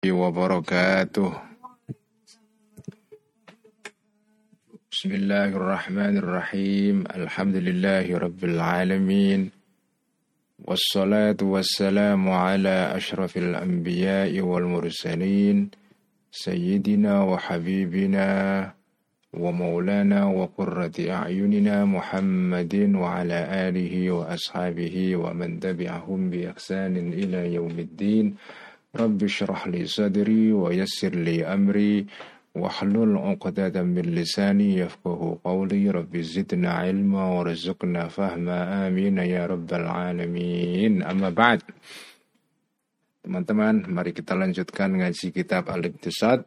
wabarakatuh. Bismillahirrahmanirrahim. Alhamdulillahi rabbil alamin. Wassalatu wassalamu ala ashrafil anbiya'i wal mursalin. Sayyidina wa habibina wa maulana wa qurrati a'yunina Muhammadin wa ala alihi wa ashabihi wa man tabi'ahum bi ihsanin ila yaumiddin. Rabbi syrah li sadri wa yassir li amri wahlul 'uqdatam min lisani yafqahu qawli. Rabbi zidna ilma warzuqna fahma, amin ya rabbal alamin. Amma ba'd. Teman-teman, mari kita lanjutkan ngaji kitab Al-Iqtisad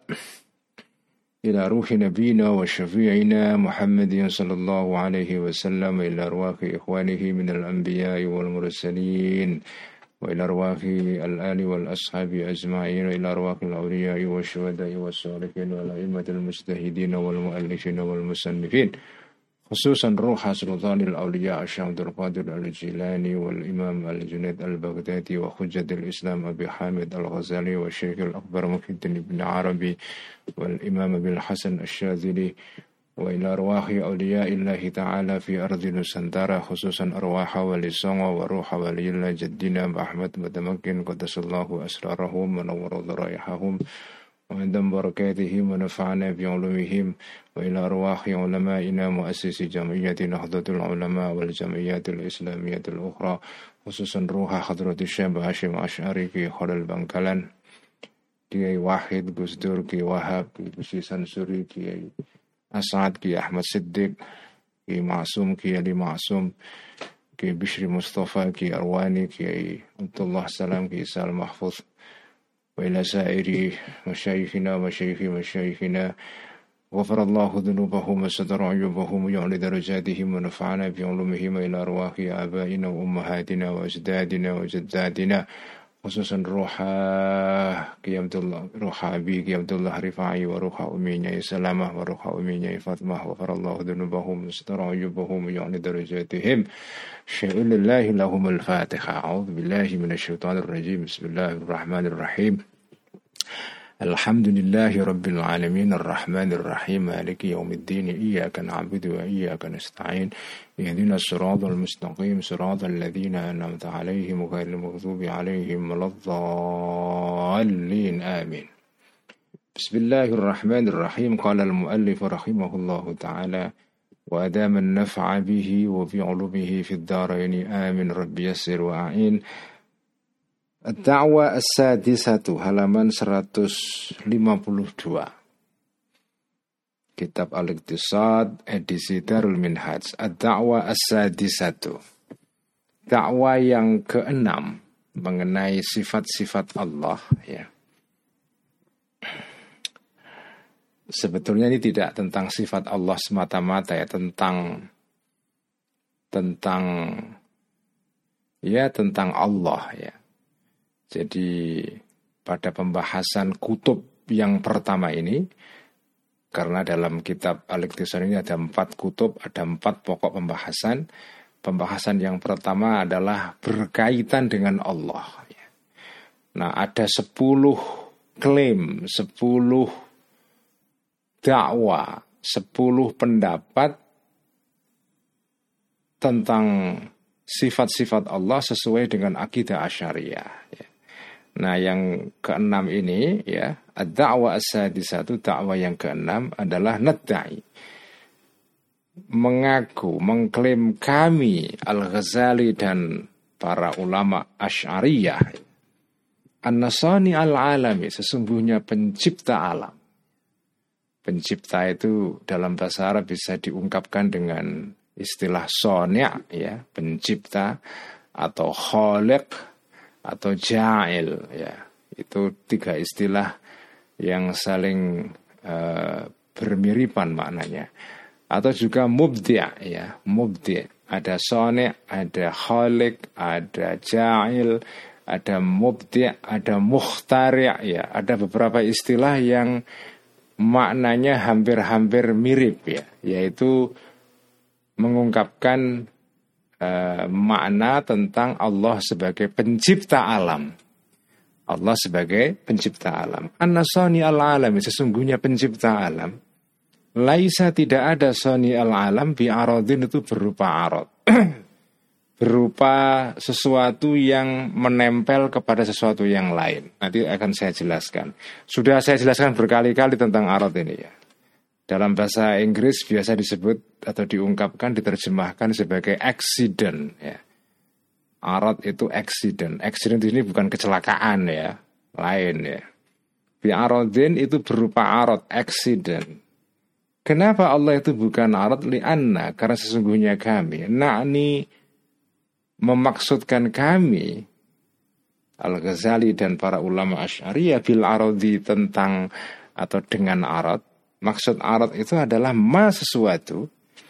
ila ruhi nabiyina wa syafi'ina Muhammadin sallallahu alaihi wasallam, ila ruhi ikhwanihi minal anbiya'i wal mursalin, وإلى أرواح الآل والأصحاب أجمعين، وإلى أرواح الأولياء والشهداء والصالحين والأئمة المجتهدين والمؤلفين والمصنفين، خصوصا روح سلطان الأولياء الشيخ عبد القادر الجيلاني والإمام الجنيد البغدادي وحجة الإسلام أبي حامد الغزالي والشيخ الأكبر محي الدين ابن عربي والإمام أبي الحسن الشاذلي، وإلى أرواح أولياء الله تعالى في أرض نسنتارا، خصوصا أرواح ولي الصنع وروح ولي الله جدنا أحمد متمكن قدس الله أسرارهم ونور ضرائحهم وعندما بركاتهم ونفعنا بعلومهم، وإلى أرواح علمائنا مؤسس جمعية نهضة العلماء والجمعيات الإسلامية الأخرى، خصوصا روح حضرة الشيخ هاشم أشعري في خلال بنكالان، Kiai Wahid, Gus Dur, Kiai Wahab, Kiai Besi Sansuri, Kiai As'ad, Kiai Ahmad Siddiq, Kiai Ma'sum, Kiai Ali Ma'sum, Kiai Bishri Mustafa, Kiai Arwani, Kiai Abdullah Salam, Kiai Sal Mahfuz, wa ila sa'iri masyayikhina wa masyayikhina, غفر الله ذنوبهم وستر عيوبهم ويعلي درجاتهم ونفعنا بعلومهم، إلى أرواح آبائنا وأمهاتنا وأجدادنا وجداتنا، خصوصا روح Kiai Abdullah, روح أبي Kiai Abdullah Rifai وروح أمي Nyai Salamah وروح أمي Nyai Fatimah، غفر الله ذنوبهم وستر عيوبهم ويعلي درجاتهم. شيء لله لهم الفاتحة. أعوذ بالله من الشيطان الرجيم. بسم الله الرحمن الرحيم. الحمد لله رب العالمين الرحمن الرحيم مالك يوم الدين، إياك نعبد وإياك نستعين، اهدنا الصراط المستقيم صراط الذين أنعمت عليهم غير المغضوب عليهم ولا الضالين، آمين. بسم الله الرحمن الرحيم. قال المؤلف رحمه الله تعالى: وأدام النفع به وبعلومه في الدارين، آمين رب يسر وأعين. Ad-Da'wah As-Sadisatu, halaman 152. Kitab Al-Iqtisad edisi Darul Minhaj. Ad-Da'wah As-Sadisatu, dakwah yang keenam mengenai sifat-sifat Allah, ya. Sebetulnya ini tidak tentang sifat Allah semata-mata, ya, tentang Allah, ya. Jadi pada pembahasan kutub yang pertama ini, karena dalam kitab Al-Iqtisad ini ada 4 kutub, ada 4 pokok pembahasan. Pembahasan yang pertama adalah berkaitan dengan Allah. Nah, ada 10 klaim, 10 dakwah, 10 pendapat tentang sifat-sifat Allah sesuai dengan akidah Asy'ariyah, ya. Nah, yang keenam ini, ya, ad-da'wah as-sadisatu, dakwah yang keenam adalah nadda'i, mengaku, mengklaim kami Al-Ghazali dan para ulama Asy'ariyah, an-nasani al-alami, sesungguhnya pencipta alam. Pencipta itu dalam bahasa Arab bisa diungkapkan dengan istilah soni', ya, pencipta, atau khaliq, atau ja'il, ya. Itu 3 istilah yang saling bermiripan maknanya. Atau juga mubdi', ya, mubdi'. Ada soni', ada khaliq, ada ja'il, ada mubdi', ada mukhtari', ya. Ada beberapa istilah yang maknanya hampir-hampir mirip, ya, yaitu mengungkapkan makna tentang Allah sebagai pencipta alam. Allah sebagai pencipta alam. An-nasani al-alam, sesungguhnya pencipta alam. Laisa, tidak ada sani al-alam bi'aradin, itu berupa arad. Berupa sesuatu yang menempel kepada sesuatu yang lain. Nanti akan saya jelaskan. Sudah saya jelaskan berkali-kali tentang arad ini ya. Dalam bahasa Inggris biasa disebut atau diungkapkan, diterjemahkan sebagai accident ya. Arad itu accident. Accident ini bukan kecelakaan ya, lain ya. Bi'aradin itu berupa arad, accident. Kenapa Allah itu bukan arad? Li'anna, karena sesungguhnya kami, na'ni, memaksudkan kami, Al-Ghazali dan para ulama Asy'ariyah, bil aradi, tentang atau dengan arad. Maksud arad itu adalah ma sesuatu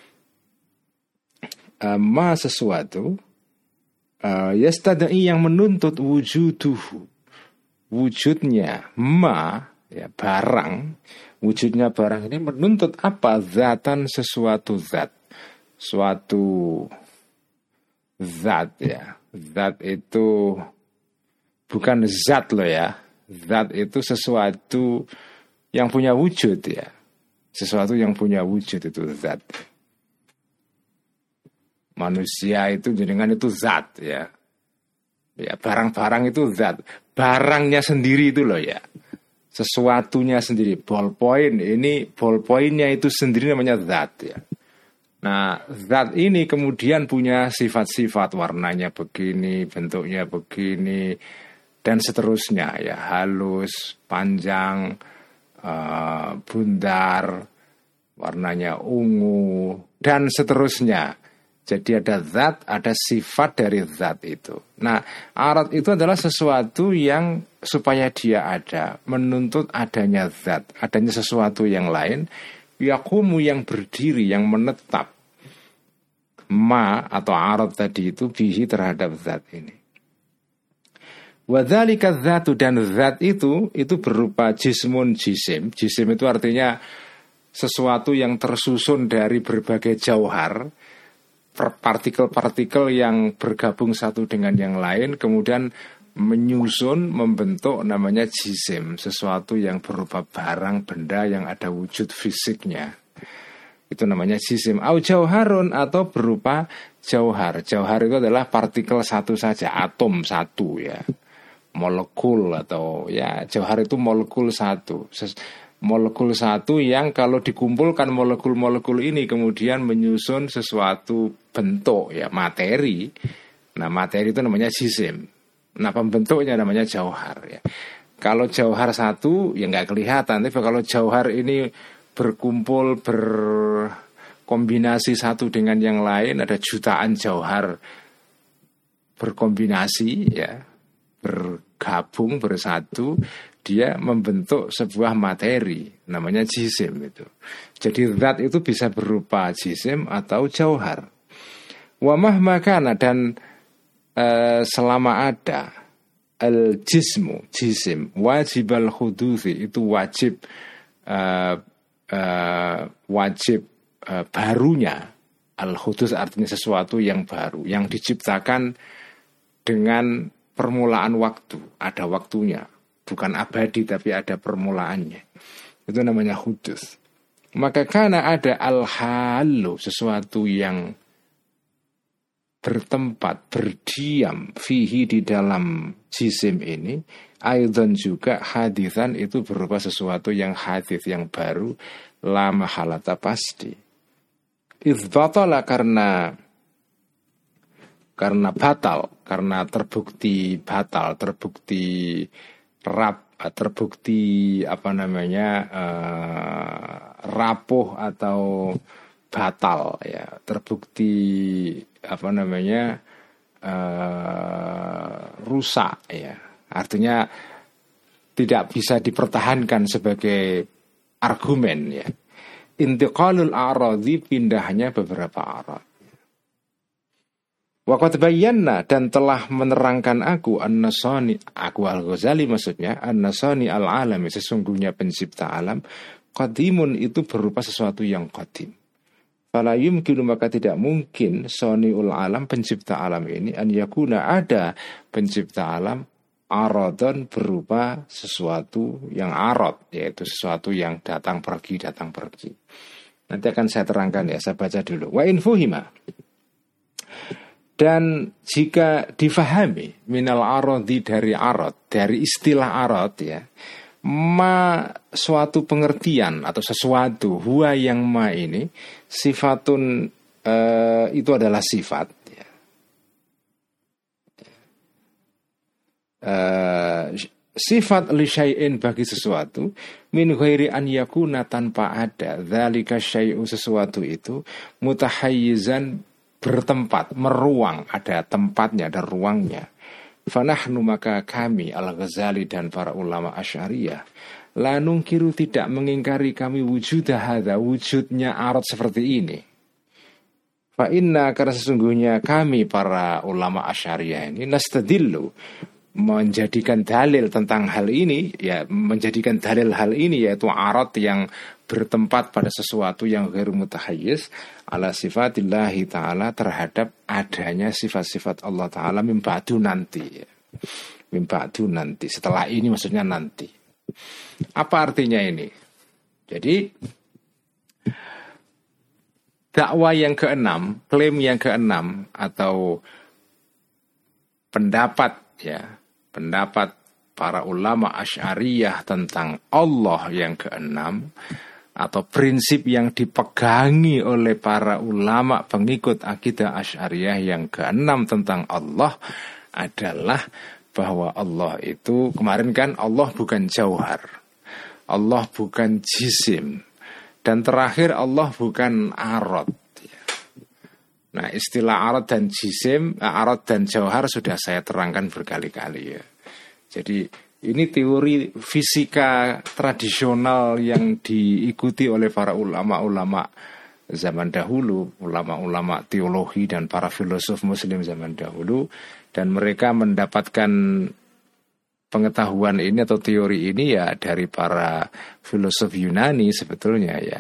yastadai, yang menuntut wujuduhu, wujudnya, ma ya, barang. Wujudnya barang ini menuntut apa? Zatan, sesuatu zat. Suatu zat ya. Zat itu bukan zat loh ya. Zat itu sesuatu yang punya wujud ya. Sesuatu yang punya wujud itu zat. Manusia itu jenengan itu zat ya. Ya, barang-barang itu zat. Barangnya sendiri itu loh ya. Sesuatunya sendiri, ballpoint ini, ballpointnya itu sendiri namanya zat ya. Nah, zat ini kemudian punya sifat-sifat, warnanya begini, bentuknya begini, dan seterusnya ya, halus, panjang, bundar, warnanya ungu, dan seterusnya. Jadi ada zat, ada sifat dari zat itu. Nah, arad itu adalah sesuatu yang supaya dia ada, menuntut adanya zat, adanya sesuatu yang lain, yakumu, yang berdiri, yang menetap. Ma atau arad tadi itu bihi, terhadap zat ini. Wadzalika zatu, dan zat itu berupa jismun, jisim. Jisim itu artinya sesuatu yang tersusun dari berbagai jauhar, partikel-partikel yang bergabung satu dengan yang lain, kemudian menyusun, membentuk, namanya jisim, sesuatu yang berupa barang, benda yang ada wujud fisiknya. Itu namanya jisim. Au jauharun, atau berupa jauhar. Jauhar itu adalah partikel satu saja, atom satu ya. Molekul, atau ya, jauhar itu molekul satu. Molekul satu yang kalau dikumpulkan molekul-molekul ini kemudian menyusun sesuatu bentuk ya, materi. Nah, materi itu namanya jisim. Nah, pembentuknya namanya jauhar ya. Kalau jauhar satu ya nggak kelihatan, tapi kalau jauhar ini berkumpul, berkombinasi satu dengan yang lain, ada jutaan jauhar berkombinasi ya, bergabung, bersatu, dia membentuk sebuah materi, namanya jisim itu. Jadi zat itu bisa berupa jisim atau jauhar. Wa mahma kana, dan selama ada al-jismu, jisim, wajib al-huduthi, itu wajib barunya. Al-hudus artinya sesuatu yang baru, yang diciptakan dengan permulaan waktu, ada waktunya. Bukan abadi tapi ada permulaannya. Itu namanya hudus. Maka karena ada al-halu, sesuatu yang bertempat, berdiam, fihi, di dalam jisim ini, aidan juga hadithan, itu berupa sesuatu yang hadith, yang baru, la mahalata, pasti. Izbatala, karena batal, karena terbukti batal, terbukti rapuh atau batal ya, terbukti rusak ya, artinya tidak bisa dipertahankan sebagai argumen ya. Intiqalul a'radhi, pindahnya beberapa arad. Waqad bayyana, dan telah menerangkan aku, an-nasani, aku Al-Ghazali maksudnya, an-nasani al-alami, sesungguhnya pencipta alam, qadimun, itu berupa sesuatu yang qadim. Fala yumkinu, maka tidak mungkin, sani'ul alam, pencipta alam ini, an yakuna, ada pencipta alam, Aradon berupa sesuatu yang arad, yaitu sesuatu yang datang pergi. Nanti akan saya terangkan ya, saya baca dulu. Wa infuhima. Dan jika difahami minal aradi dari arad, dari istilah arad ya, ma suatu pengertian atau sesuatu, huwa yang ma ini sifatun, itu adalah sifat ya. Sifat li syai'in bagi sesuatu min ghairi an yakuna tanpa ada dzalika syai'u sesuatu itu mutahayyizan bertempat, meruang, ada tempatnya, ada ruangnya. Fanahnu maka kami Al-Ghazali dan para ulama Asy'ariyah la nungkiru tidak mengingkari kami wujudah hadza, wujudnya arad seperti ini. Fa inna karena sesungguhnya kami para ulama Asy'ariyah ini nastadillu menjadikan dalil tentang hal ini ya, menjadikan dalil hal ini yaitu arad yang bertempat pada sesuatu yang ghairu mutahayyiz ala sifatillahi ta'ala, terhadap adanya sifat-sifat Allah ta'ala min ba'du nanti ya. Min ba'du nanti, setelah ini maksudnya nanti. Apa artinya ini? Jadi dakwah yang keenam, klaim yang keenam atau pendapat ya, pendapat para ulama Asy'ariyah tentang Allah yang keenam, atau prinsip yang dipegangi oleh para ulama pengikut akidah Asy'ariyah yang keenam tentang Allah adalah bahwa Allah itu, kemarin kan Allah bukan jauhar, Allah bukan jisim, dan terakhir Allah bukan arad. Nah, istilah arad dan jisim, arad dan jauhar sudah saya terangkan berkali-kali ya. Jadi ini teori fisika tradisional yang diikuti oleh para ulama-ulama zaman dahulu, ulama-ulama teologi dan para filosof muslim zaman dahulu, dan mereka mendapatkan pengetahuan ini atau teori ini ya dari para filosof Yunani sebetulnya ya.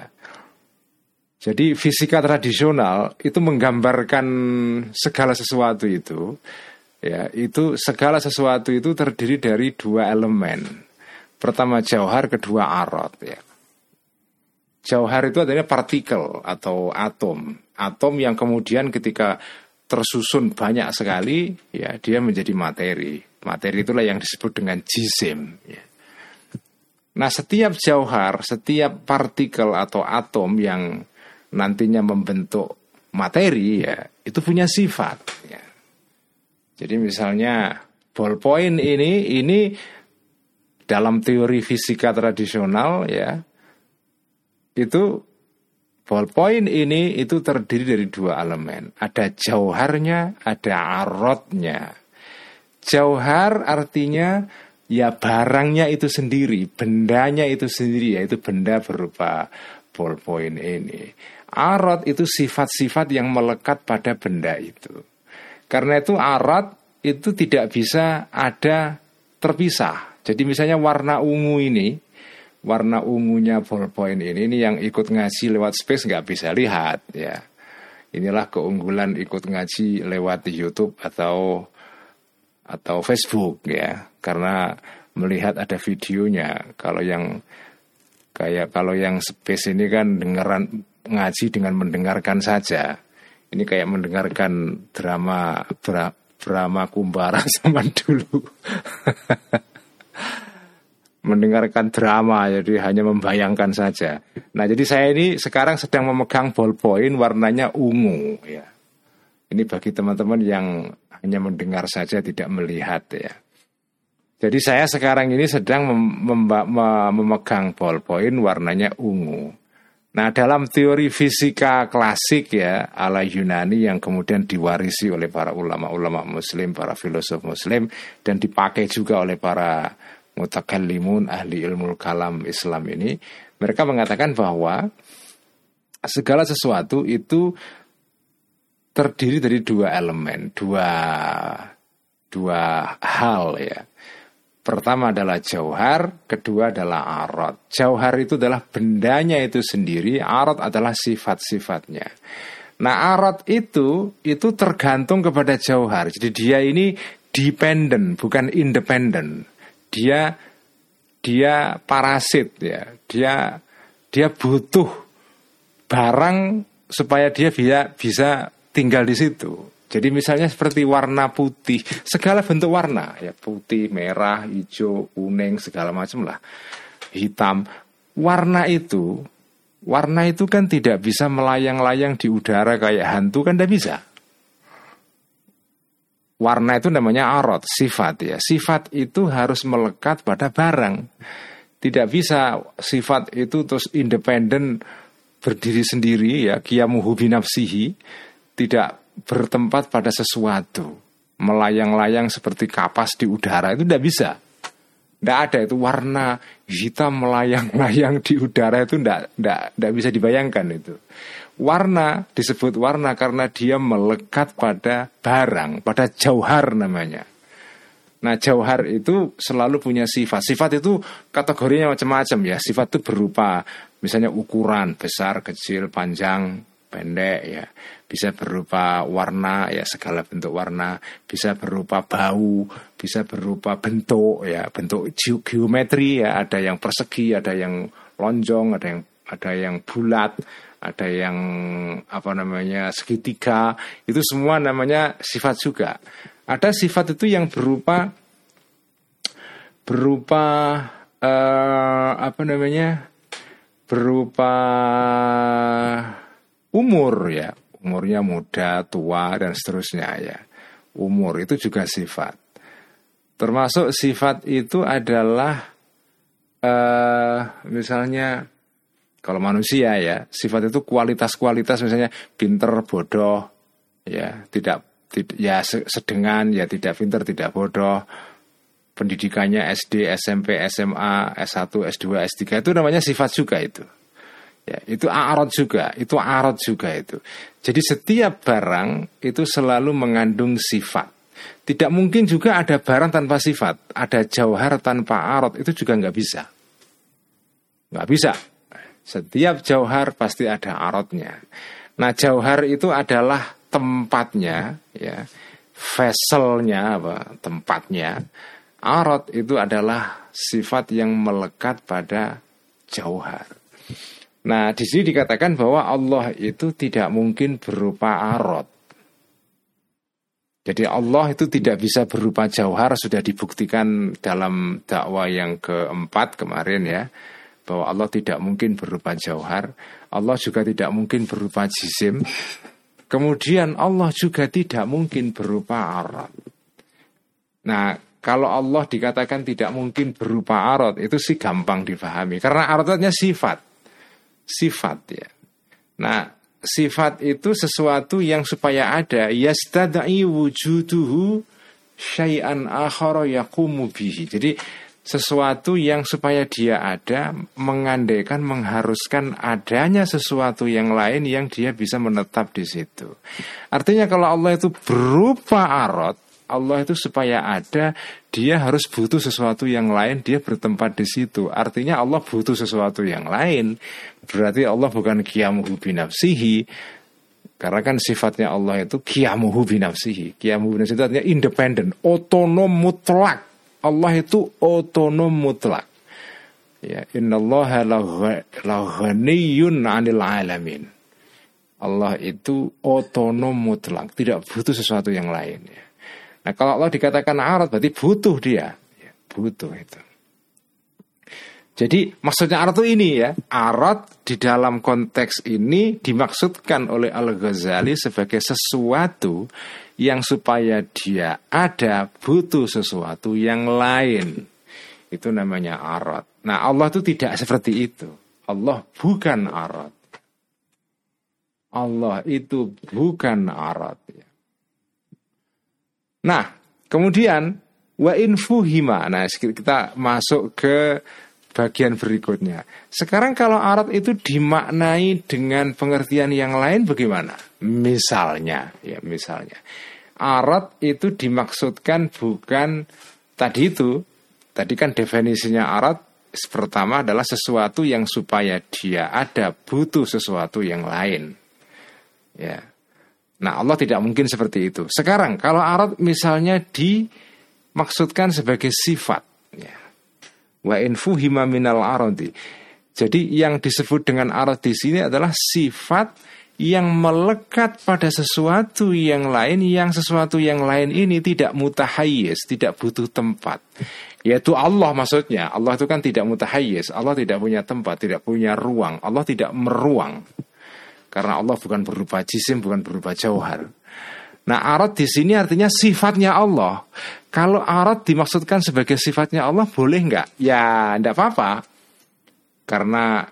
Jadi fisika tradisional itu menggambarkan segala sesuatu itu ya, itu segala sesuatu itu terdiri dari dua elemen. Pertama jauhar, kedua arad ya. Jauhar itu adalah partikel atau atom. Atom yang kemudian ketika tersusun banyak sekali ya, dia menjadi materi. Materi itulah yang disebut dengan jisim ya. Nah, setiap jauhar, setiap partikel atau atom yang nantinya membentuk materi ya, itu punya sifat ya. Jadi misalnya ballpoint ini dalam teori fisika tradisional ya, itu ballpoint ini itu terdiri dari dua elemen, ada jauharnya, ada aradnya. Jauhar artinya ya barangnya itu sendiri, bendanya itu sendiri, yaitu benda berupa ballpoint ini. Arad itu sifat-sifat yang melekat pada benda itu. Karena itu arad itu tidak bisa ada terpisah. Jadi misalnya warna ungu ini, warna ungunya ballpoint ini yang ikut ngaji lewat Space nggak bisa lihat ya. Inilah keunggulan ikut ngaji lewat YouTube atau Facebook ya. Karena melihat ada videonya. Kalau yang Space ini kan dengeran ngaji dengan mendengarkan saja. Ini kayak mendengarkan drama Kumbara zaman dulu. Mendengarkan drama, jadi hanya membayangkan saja. Nah, jadi saya ini sekarang sedang memegang ballpoint warnanya ungu ya. Ini bagi teman-teman yang hanya mendengar saja tidak melihat ya. Jadi saya sekarang ini sedang memegang ballpoint warnanya ungu. Nah, dalam teori fisika klasik ya ala Yunani yang kemudian diwarisi oleh para ulama-ulama muslim, para filosof muslim, dan dipakai juga oleh para mutakallimun ahli ilmu kalam Islam ini, mereka mengatakan bahwa segala sesuatu itu terdiri dari dua elemen, dua hal ya. Pertama adalah jauhar, kedua adalah arad. Jauhar itu adalah bendanya itu sendiri, arad adalah sifat-sifatnya. Nah, arad itu tergantung kepada jauhar. Jadi dia ini dependent, bukan independent. Dia parasit ya. Dia butuh barang supaya dia bisa tinggal di situ. Jadi misalnya seperti warna putih, segala bentuk warna ya, putih, merah, hijau, kuning, segala macam lah, hitam. Warna itu kan tidak bisa melayang-layang di udara kayak hantu, kan tidak bisa. Warna itu namanya arad, sifat ya. Sifat itu harus melekat pada barang. Tidak bisa sifat itu terus independen, berdiri sendiri ya, qiyamuhu binafsihi, tidak bertempat pada sesuatu, melayang-layang seperti kapas di udara, itu tidak bisa. Tidak ada itu warna hitam melayang-layang di udara, itu tidak bisa dibayangkan itu. Warna disebut warna karena dia melekat pada barang, pada jauhar namanya. Nah, jauhar itu selalu punya sifat. Sifat itu kategorinya macam-macam ya. Sifat itu berupa misalnya ukuran, besar, kecil, panjang, pendek ya. Bisa berupa warna ya, segala bentuk warna. Bisa berupa bau, bisa berupa bentuk ya, bentuk geometri ya. Ada yang persegi, ada yang lonjong, ada yang bulat, ada yang segitiga. Itu semua namanya sifat juga. Ada sifat itu yang berupa umur ya, umurnya muda, tua dan seterusnya ya. Umur itu juga sifat. Termasuk sifat itu adalah misalnya kalau manusia ya, sifat itu kualitas-kualitas, misalnya pinter, bodoh ya, tidak ya sedengan ya, tidak pinter, tidak bodoh. Pendidikannya SD, SMP, SMA, S1, S2, S3, itu namanya sifat juga itu. Ya, itu arad juga, itu. Jadi setiap barang itu selalu mengandung sifat. Tidak mungkin juga ada barang tanpa sifat, ada jauhar tanpa arad, itu juga nggak bisa. Nggak bisa. Setiap jauhar pasti ada aradnya. Nah, jauhar itu adalah tempatnya, ya, vesselnya tempatnya. Arad itu adalah sifat yang melekat pada jauhar. Nah, di sini dikatakan bahwa Allah itu tidak mungkin berupa arad. Jadi Allah itu tidak bisa berupa jauhar, sudah dibuktikan dalam dakwah yang keempat kemarin ya, bahwa Allah tidak mungkin berupa jauhar. Allah juga tidak mungkin berupa jisim. Kemudian Allah juga tidak mungkin berupa arad. Nah, kalau Allah dikatakan tidak mungkin berupa arad, itu sih gampang dipahami. Karena aradnya sifat ya. Nah, sifat itu sesuatu yang supaya ada, yastad'i wujuduhu syai'an akhara yaqumu bihi. Jadi sesuatu yang supaya dia ada mengandaikan, mengharuskan adanya sesuatu yang lain yang dia bisa menetap di situ. Artinya kalau Allah itu berupa arad, Allah itu supaya ada, dia harus butuh sesuatu yang lain, dia bertempat di situ. Artinya Allah butuh sesuatu yang lain. Berarti Allah bukan qiyamuhu binafsihi. Karena kan sifatnya Allah itu qiyamuhu binafsihi. Qiyamuhu binafsihi itu artinya independen, otonom mutlak. Allah itu otonom mutlak. Ya, innallaha la ghaniyun 'anil 'alamin. Allah itu otonom mutlak, tidak butuh sesuatu yang lain ya. Nah, kalau Allah dikatakan arad berarti butuh dia ya, butuh itu. Jadi maksudnya arad itu ini ya, arad di dalam konteks ini dimaksudkan oleh Al-Ghazali sebagai sesuatu yang supaya dia ada butuh sesuatu yang lain. Itu namanya arad. Nah, Allah itu tidak seperti itu. Allah bukan arad. Allah itu bukan arad ya. Nah, kemudian wa infuhima. Nah, kita masuk ke bagian berikutnya. Sekarang kalau arad itu dimaknai dengan pengertian yang lain bagaimana? Misalnya arad itu dimaksudkan bukan tadi kan definisinya arad pertama adalah sesuatu yang supaya dia ada butuh sesuatu yang lain. Ya. Nah, Allah tidak mungkin seperti itu. Sekarang kalau arad misalnya dimaksudkan sebagai sifat, ya. Wa in fuhima minal aradi. Jadi yang disebut dengan arad di sini adalah sifat yang melekat pada sesuatu yang lain, yang sesuatu yang lain ini tidak mutahayyiz, tidak butuh tempat. Yaitu Allah maksudnya. Allah itu kan tidak mutahayyiz, Allah tidak punya tempat, tidak punya ruang, Allah tidak meruang. Karena Allah bukan berupa jisim, bukan berupa jauhar. Nah, arad di sini artinya sifatnya Allah. Kalau arad dimaksudkan sebagai sifatnya Allah, boleh nggak? Ya, enggak apa-apa. Karena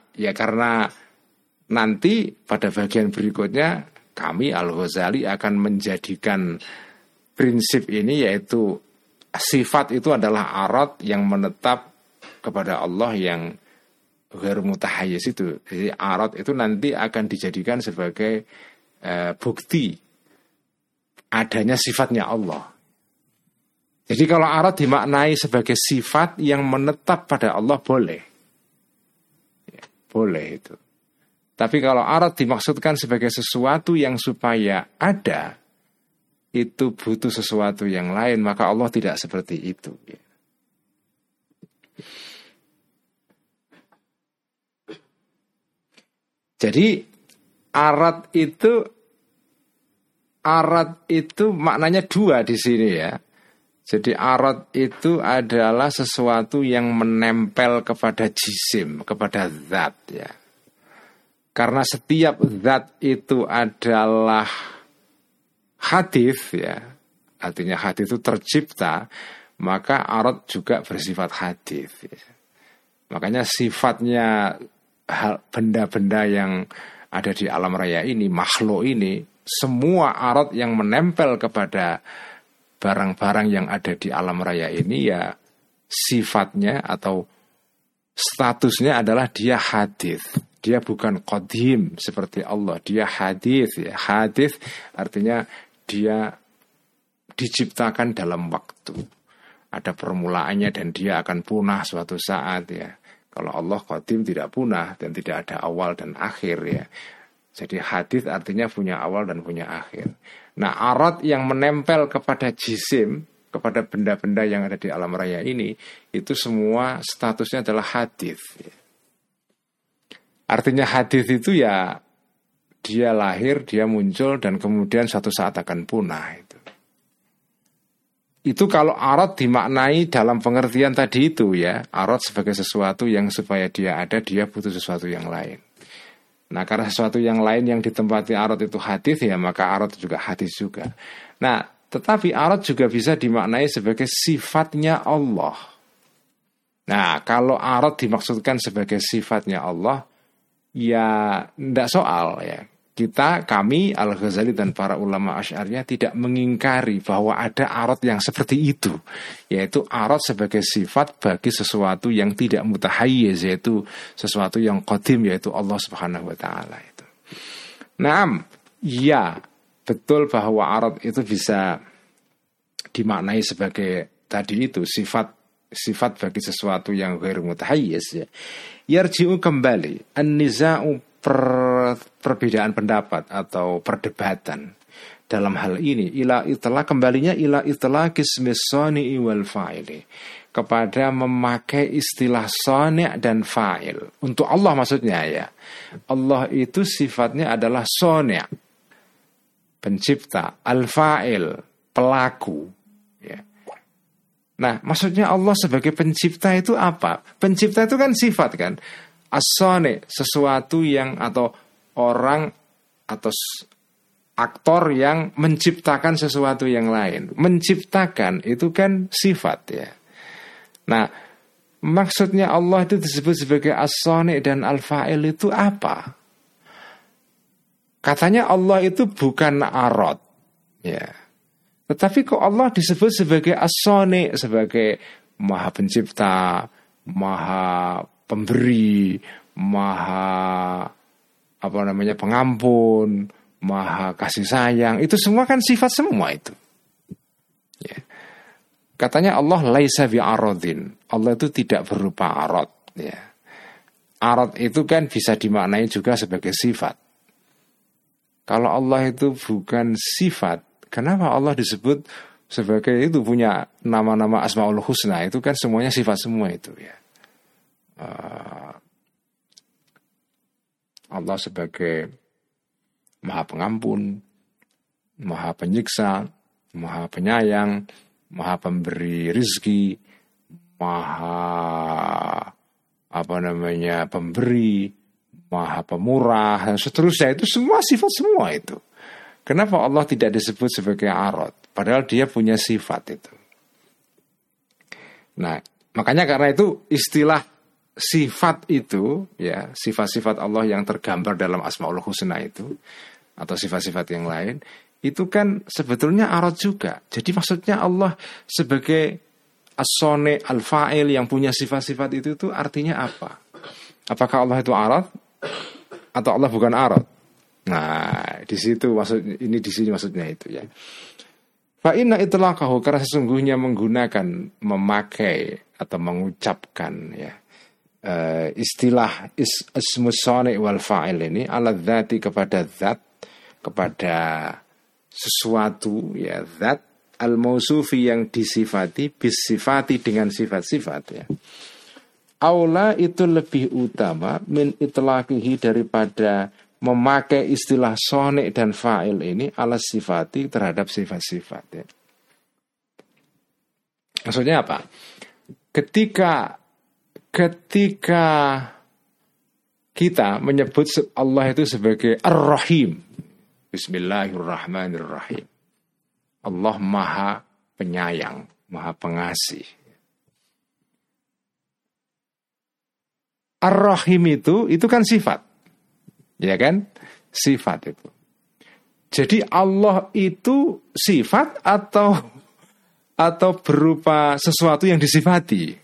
nanti pada bagian berikutnya kami Al-Ghazali akan menjadikan prinsip ini, yaitu sifat itu adalah arad yang menetap kepada Allah yang ghairu mutahayyiz itu. Jadi arad itu nanti akan dijadikan sebagai bukti adanya sifatnya Allah. Jadi kalau arad dimaknai sebagai sifat yang menetap pada Allah, boleh. Ya, boleh itu. Tapi kalau arad dimaksudkan sebagai sesuatu yang supaya ada, itu butuh sesuatu yang lain, maka Allah tidak seperti itu. Jadi arad itu maknanya dua di sini ya. Jadi arad itu adalah sesuatu yang menempel kepada jisim, kepada zat ya. Karena setiap zat itu adalah hadis ya, artinya hadis itu tercipta, maka arad juga bersifat hadis ya. Makanya sifatnya benda-benda yang ada di alam raya ini, makhluk ini, semua arad yang menempel kepada barang-barang yang ada di alam raya ini ya sifatnya atau statusnya adalah dia hadis. Dia bukan qadim seperti Allah, dia hadis ya. Hadis artinya dia diciptakan dalam waktu. Ada permulaannya dan dia akan punah suatu saat ya. Kalau Allah qadim tidak punah dan tidak ada awal dan akhir ya. Jadi hadis artinya punya awal dan punya akhir. Nah, arad yang menempel kepada jisim, kepada benda-benda yang ada di alam raya ini, itu semua statusnya adalah hadis ya. Artinya hadis itu ya dia lahir, dia muncul dan kemudian suatu saat akan punah itu. Itu kalau arad dimaknai dalam pengertian tadi itu ya, arad sebagai sesuatu yang supaya dia ada, dia butuh sesuatu yang lain. Nah, karena sesuatu yang lain yang ditempati arad itu hadis ya, maka arad juga hadis juga. Nah, tetapi arad juga bisa dimaknai sebagai sifatnya Allah. Nah, kalau arad dimaksudkan sebagai sifatnya Allah, ya tidak soal ya. Kami Al-Ghazali dan para ulama Asy'ariyah tidak mengingkari bahwa ada arad yang seperti itu, yaitu arad sebagai sifat bagi sesuatu yang tidak mutahayyiz, yaitu sesuatu yang qadim, yaitu Allah Subhanahu wa taala itu. Naam, ya, betul bahwa arad itu bisa dimaknai sebagai tadi itu sifat bagi sesuatu yang ghairu mutahayyiz ya. Yarji'u kembali an-niza'u perbedaan pendapat atau perdebatan dalam hal ini kembalinya ila itlaqis misani wal fa'ili, kepada memakai istilah sani' dan fa'il untuk Allah maksudnya ya. Allah itu sifatnya adalah sani', pencipta, al-fa'il, pelaku ya. Nah, maksudnya Allah sebagai pencipta itu apa? Pencipta itu kan sifat kan. As-sani', sesuatu yang atau orang atau aktor yang menciptakan sesuatu yang lain. Menciptakan itu kan sifat ya. Nah, maksudnya Allah itu disebut sebagai as-sani' dan al-fa'il itu apa? Katanya Allah itu bukan arad ya. Tetapi kok Allah disebut sebagai as-sani', sebagai maha pencipta, maha pemberi, maha pengampun, maha kasih sayang. Itu semua kan sifat semua itu ya. Katanya Allah laisa bi'aradin, Allah itu tidak berupa arad ya. Arad itu kan bisa dimaknai juga sebagai sifat. Kalau Allah itu bukan sifat, kenapa Allah disebut sebagai itu punya nama-nama Asmaul Husna, itu kan semuanya sifat semua itu ya. Allah sebagai Maha Pengampun, Maha Penyiksa, Maha Penyayang, Maha Pemberi rizki, Maha Pemberi, Maha Pemurah, dan seterusnya. Itu semua sifat semua itu. Kenapa Allah tidak disebut sebagai Arad? Padahal dia punya sifat itu. Nah, makanya karena itu istilah sifat itu, ya, sifat-sifat Allah yang tergambar dalam Asmaul Husna itu, atau sifat-sifat yang lain, itu kan sebetulnya Arad juga. Jadi maksudnya Allah sebagai As-Soni Al-Fa'il yang punya sifat-sifat itu artinya apa? Apakah Allah itu Arad atau Allah bukan Arad? Nah, di sini maksudnya itu ya. Fa inna itlaqahu, karena sesungguhnya memakai atau mengucapkan ya istilah ismus sani wal fa'il ini ala dzati, kepada zat, kepada sesuatu ya, zat al mausufi yang disifati bisifati dengan sifat-sifat ya. Aula itu lebih utama min itlaqihi, daripada memakai istilah soni dan fa'il ini ala sifati, terhadap sifat-sifat ya. Maksudnya apa? Ketika kita menyebut Allah itu sebagai Ar-Rahim, Bismillahirrahmanirrahim, Allah Maha Penyayang, Maha Pengasih. Ar-Rahim itu kan sifat, ya kan? Sifat itu. Jadi Allah itu sifat atau berupa sesuatu yang disifati?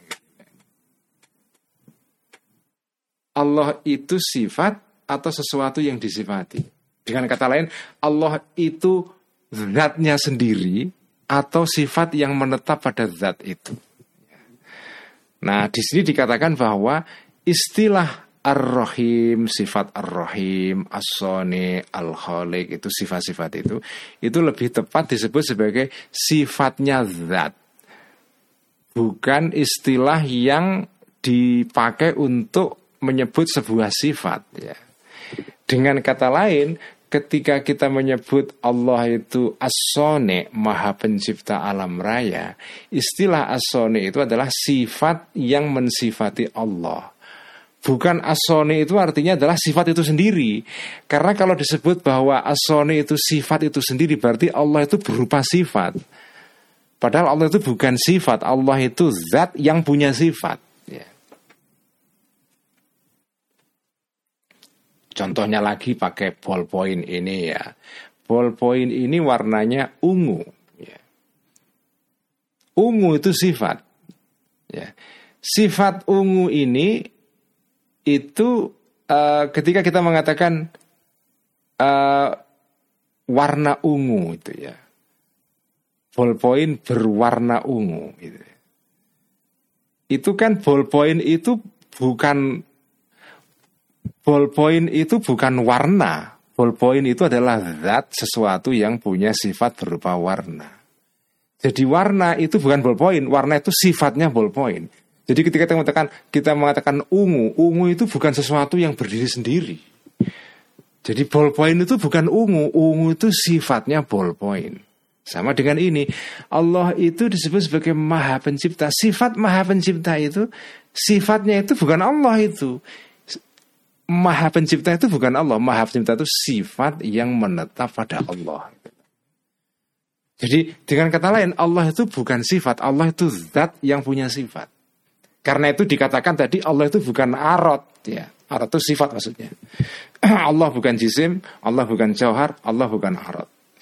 Allah itu sifat atau sesuatu yang disifati? Dengan kata lain, Allah itu zatnya sendiri atau sifat yang menetap pada zat itu. Nah, di sini dikatakan bahwa istilah Ar-Rahim, sifat Ar-Rahim, As-Soni, Al-Khaliq, itu sifat-sifat itu lebih tepat disebut sebagai sifatnya zat. Bukan istilah yang dipakai untuk menyebut sebuah sifat ya. Dengan kata lain, ketika kita menyebut Allah itu As-Soni, Maha Pencipta alam raya, istilah As-Soni itu adalah sifat yang mensifati Allah. Bukan As-Soni itu artinya adalah sifat itu sendiri. Karena kalau disebut bahwa As-Soni itu sifat itu sendiri, berarti Allah itu berupa sifat. Padahal Allah itu bukan sifat, Allah itu zat yang punya sifat ya. Contohnya lagi pakai ballpoint ini ya. Ballpoint ini warnanya ungu ya. Ungu itu sifat ya. Sifat ungu ini itu ketika kita mengatakan warna ungu itu ya. Ballpoint berwarna ungu gitu. Itu kan ballpoint itu bukan warna. Ballpoint itu adalah zat, sesuatu yang punya sifat berupa warna. Jadi warna itu bukan ballpoint, warna itu sifatnya ballpoint. Jadi ketika kita mengatakan ungu itu bukan sesuatu yang berdiri sendiri. Jadi ballpoint itu bukan ungu itu sifatnya ballpoint. Sama dengan ini, Allah itu disebut sebagai Maha Pencipta. Sifat Maha Pencipta itu, sifatnya itu bukan Allah itu. Maha Pencipta itu bukan Allah. Maha Pencipta itu sifat yang menetap pada Allah. Jadi dengan kata lain, Allah itu bukan sifat, Allah itu zat yang punya sifat. Karena itu dikatakan tadi Allah itu bukan arad ya. Arad itu sifat maksudnya. Allah bukan jisim, Allah bukan jauhar, Allah bukan arad.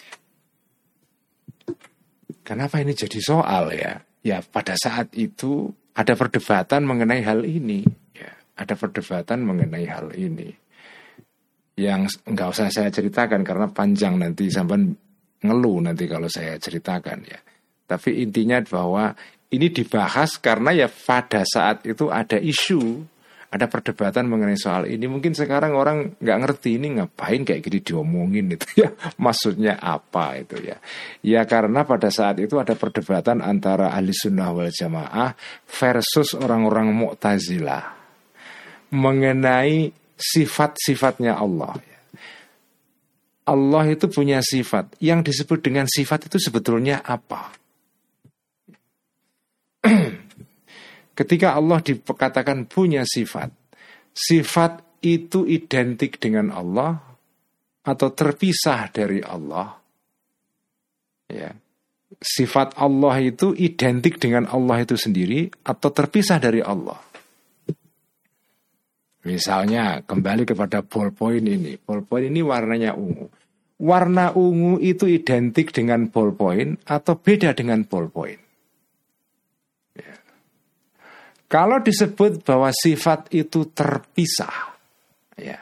Kenapa ini jadi soal ya? Ya pada saat itu ada perdebatan mengenai hal ini. Ada perdebatan mengenai hal ini yang nggak usah saya ceritakan karena panjang nanti sampai ngeluh nanti kalau saya ceritakan ya. Tapi intinya bahwa ini dibahas karena ya pada saat itu ada ada perdebatan mengenai soal ini. Mungkin sekarang orang nggak ngerti ini ngapain kayak gini diomongin itu ya. Maksudnya apa itu ya. Ya karena pada saat itu ada perdebatan antara ahli sunnah wal jamaah versus orang-orang Mu'tazilah mengenai sifat-sifatnya Allah. Allah itu punya sifat. Yang disebut dengan sifat itu sebetulnya apa? Ketika Allah dikatakan punya sifat, sifat itu identik dengan Allah atau terpisah dari Allah. Ya. Sifat Allah itu identik dengan Allah itu sendiri atau terpisah dari Allah. Misalnya kembali kepada ballpoint ini. Ballpoint ini warnanya ungu. Warna ungu itu identik dengan ballpoint atau beda dengan ballpoint. Kalau disebut bahwa sifat itu terpisah, ya,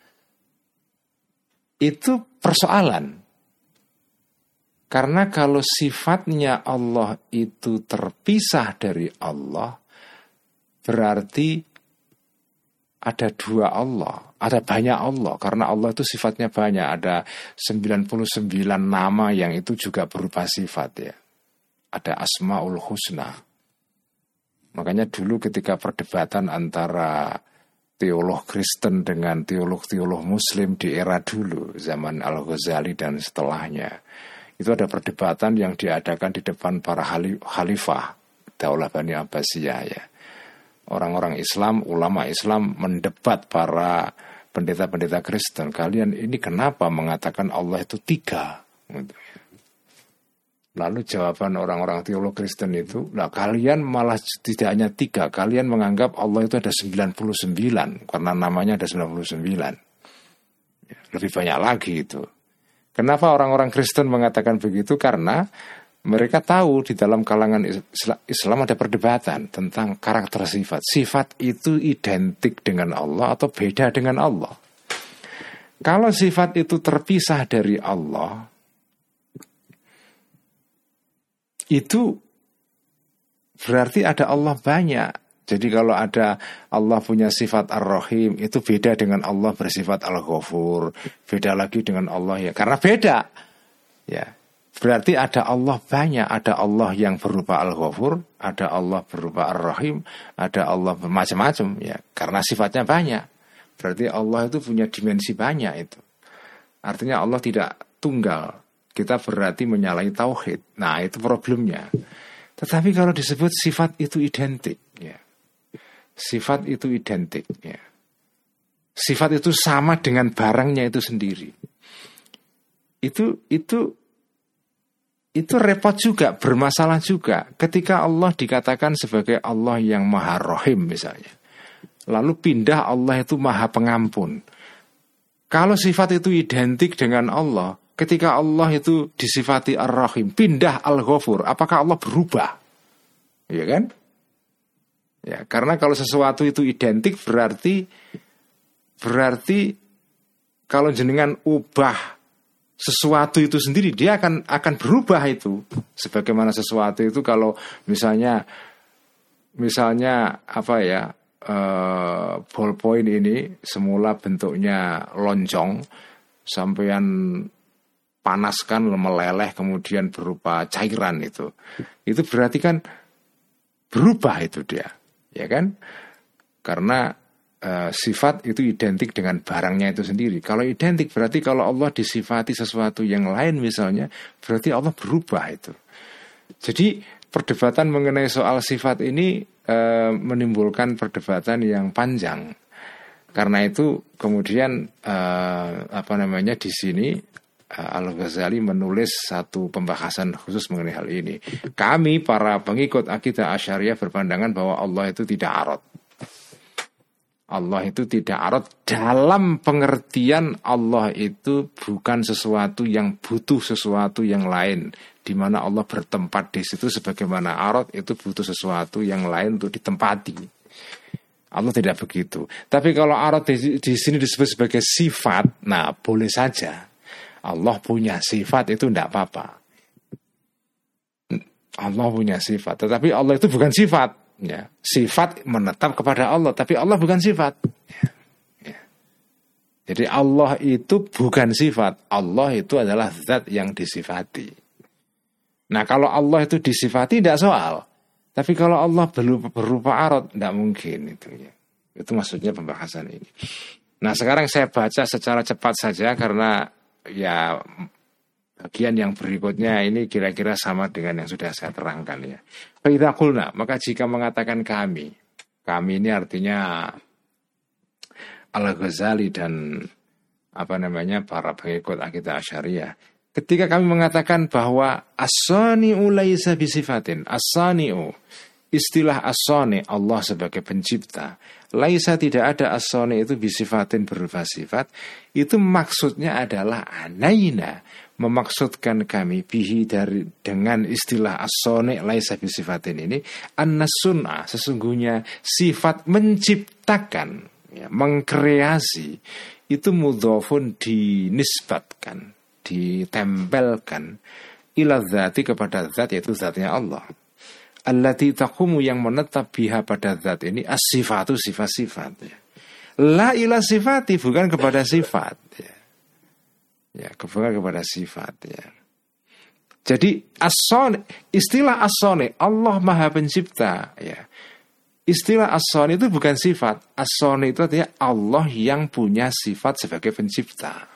itu persoalan. Karena kalau sifatnya Allah itu terpisah dari Allah, berarti ada dua Allah, ada banyak Allah. Karena Allah itu sifatnya banyak, ada 99 nama yang itu juga berupa sifat ya. Ada Asmaul Husna. Makanya dulu ketika perdebatan antara teolog Kristen dengan teolog-teolog Muslim di era dulu, zaman Al-Ghazali dan setelahnya, itu ada perdebatan yang diadakan di depan para khalifah Daulah Bani Abbasiyah ya. Orang-orang Islam, ulama Islam mendebat para pendeta-pendeta Kristen. Kalian ini kenapa mengatakan Allah itu tiga? Lalu jawaban orang-orang teolog Kristen itu, lah kalian malah tidak hanya tiga, kalian menganggap Allah itu ada 99, karena namanya ada 99. Lebih banyak lagi itu. Kenapa orang-orang Kristen mengatakan begitu? Karena mereka tahu di dalam kalangan Islam ada perdebatan tentang karakter sifat. Sifat itu identik dengan Allah atau beda dengan Allah. Kalau sifat itu terpisah dari Allah, itu berarti ada Allah banyak. Jadi kalau ada Allah punya sifat Ar-Rahim, itu beda dengan Allah bersifat Al-Ghafur, beda lagi dengan Allah ya, karena beda. Ya. Berarti ada Allah banyak, ada Allah yang berupa Al-Ghafur, ada Allah berupa Ar-Rahim, ada Allah macam-macam ya, karena sifatnya banyak. Berarti Allah itu punya dimensi banyak itu. Artinya Allah tidak tunggal. Kita berarti menyalahi tauhid. Nah, itu problemnya. Tetapi kalau disebut sifat itu identik, ya. Sifat itu identik, ya. Sifat itu sama dengan barangnya itu sendiri. Itu repot juga, bermasalah juga. Ketika Allah dikatakan sebagai Allah yang Maha Rahim misalnya. Lalu pindah Allah itu Maha Pengampun. Kalau sifat itu identik dengan Allah, ketika Allah itu disifati Ar-Rahim, pindah Al-Ghafur, apakah Allah berubah? Ya kan? Ya, karena kalau sesuatu itu identik berarti kalau jenengan ubah sesuatu itu sendiri, dia akan berubah itu. Sebagaimana sesuatu itu kalau misalnya apa ya, ballpoint ini semula bentuknya lonjong, sampean panaskan meleleh kemudian berupa cairan itu berarti kan berubah itu dia, ya kan? Karena sifat itu identik dengan barangnya itu sendiri. Kalau identik berarti kalau Allah disifati sesuatu yang lain misalnya, berarti Allah berubah itu. Jadi perdebatan mengenai soal sifat ini menimbulkan perdebatan yang panjang. Karena itu kemudian di sini Al-Ghazali menulis satu pembahasan khusus mengenai hal ini. Kami para pengikut akidah Asy'ariyah berpandangan bahwa Allah itu tidak arad. Allah itu tidak arad dalam pengertian Allah itu bukan sesuatu yang butuh sesuatu yang lain, di mana Allah bertempat di situ, sebagaimana arad itu butuh sesuatu yang lain untuk ditempati. Allah tidak begitu. Tapi kalau arad di sini disebut sebagai sifat, nah boleh saja. Allah punya sifat itu tidak apa-apa. Allah punya sifat, tetapi Allah itu bukan sifat. ya, sifat menetap kepada Allah, tapi Allah bukan sifat. Ya. Jadi Allah itu bukan sifat, Allah itu adalah zat yang disifati. Nah kalau Allah itu disifati tidak soal, tapi kalau Allah berupa arad tidak mungkin itu ya. Itu maksudnya pembahasan ini. Nah sekarang saya baca secara cepat saja karena ya bagian yang berikutnya ini kira-kira sama dengan yang sudah saya terangkan ya. Fa idza qulna, maka jika mengatakan kami ini artinya Al-Ghazali dan para pengikut akidah Asy'ariyah. Ketika kami mengatakan bahwa as-sani'u laisa bisifatin, as-sani'u, istilah as-sani, Allah sebagai pencipta, laisa tidak ada as-sani itu bisifatin berupa sifat, itu maksudnya adalah anaina, memaksudkan kami bihi dengan istilah as-sani laisa bisifatin ini, annasun'a, sesungguhnya sifat menciptakan, ya, mengkreasi, itu mudhofun dinisbatkan, ditempelkan ila dzati kepada zat, yaitu zatnya Allah. Allati taqumu yang menetap biha pada zat ini as-sifatu sifat-sifat ya. La ila sifati, bukan kepada sifat ya. Ya, bukan kepada sifat ya. Jadi as-sani, istilah as-sani, Allah Maha Pencipta ya. Istilah as-sani itu bukan sifat. As-sani itu artinya Allah yang punya sifat sebagai pencipta.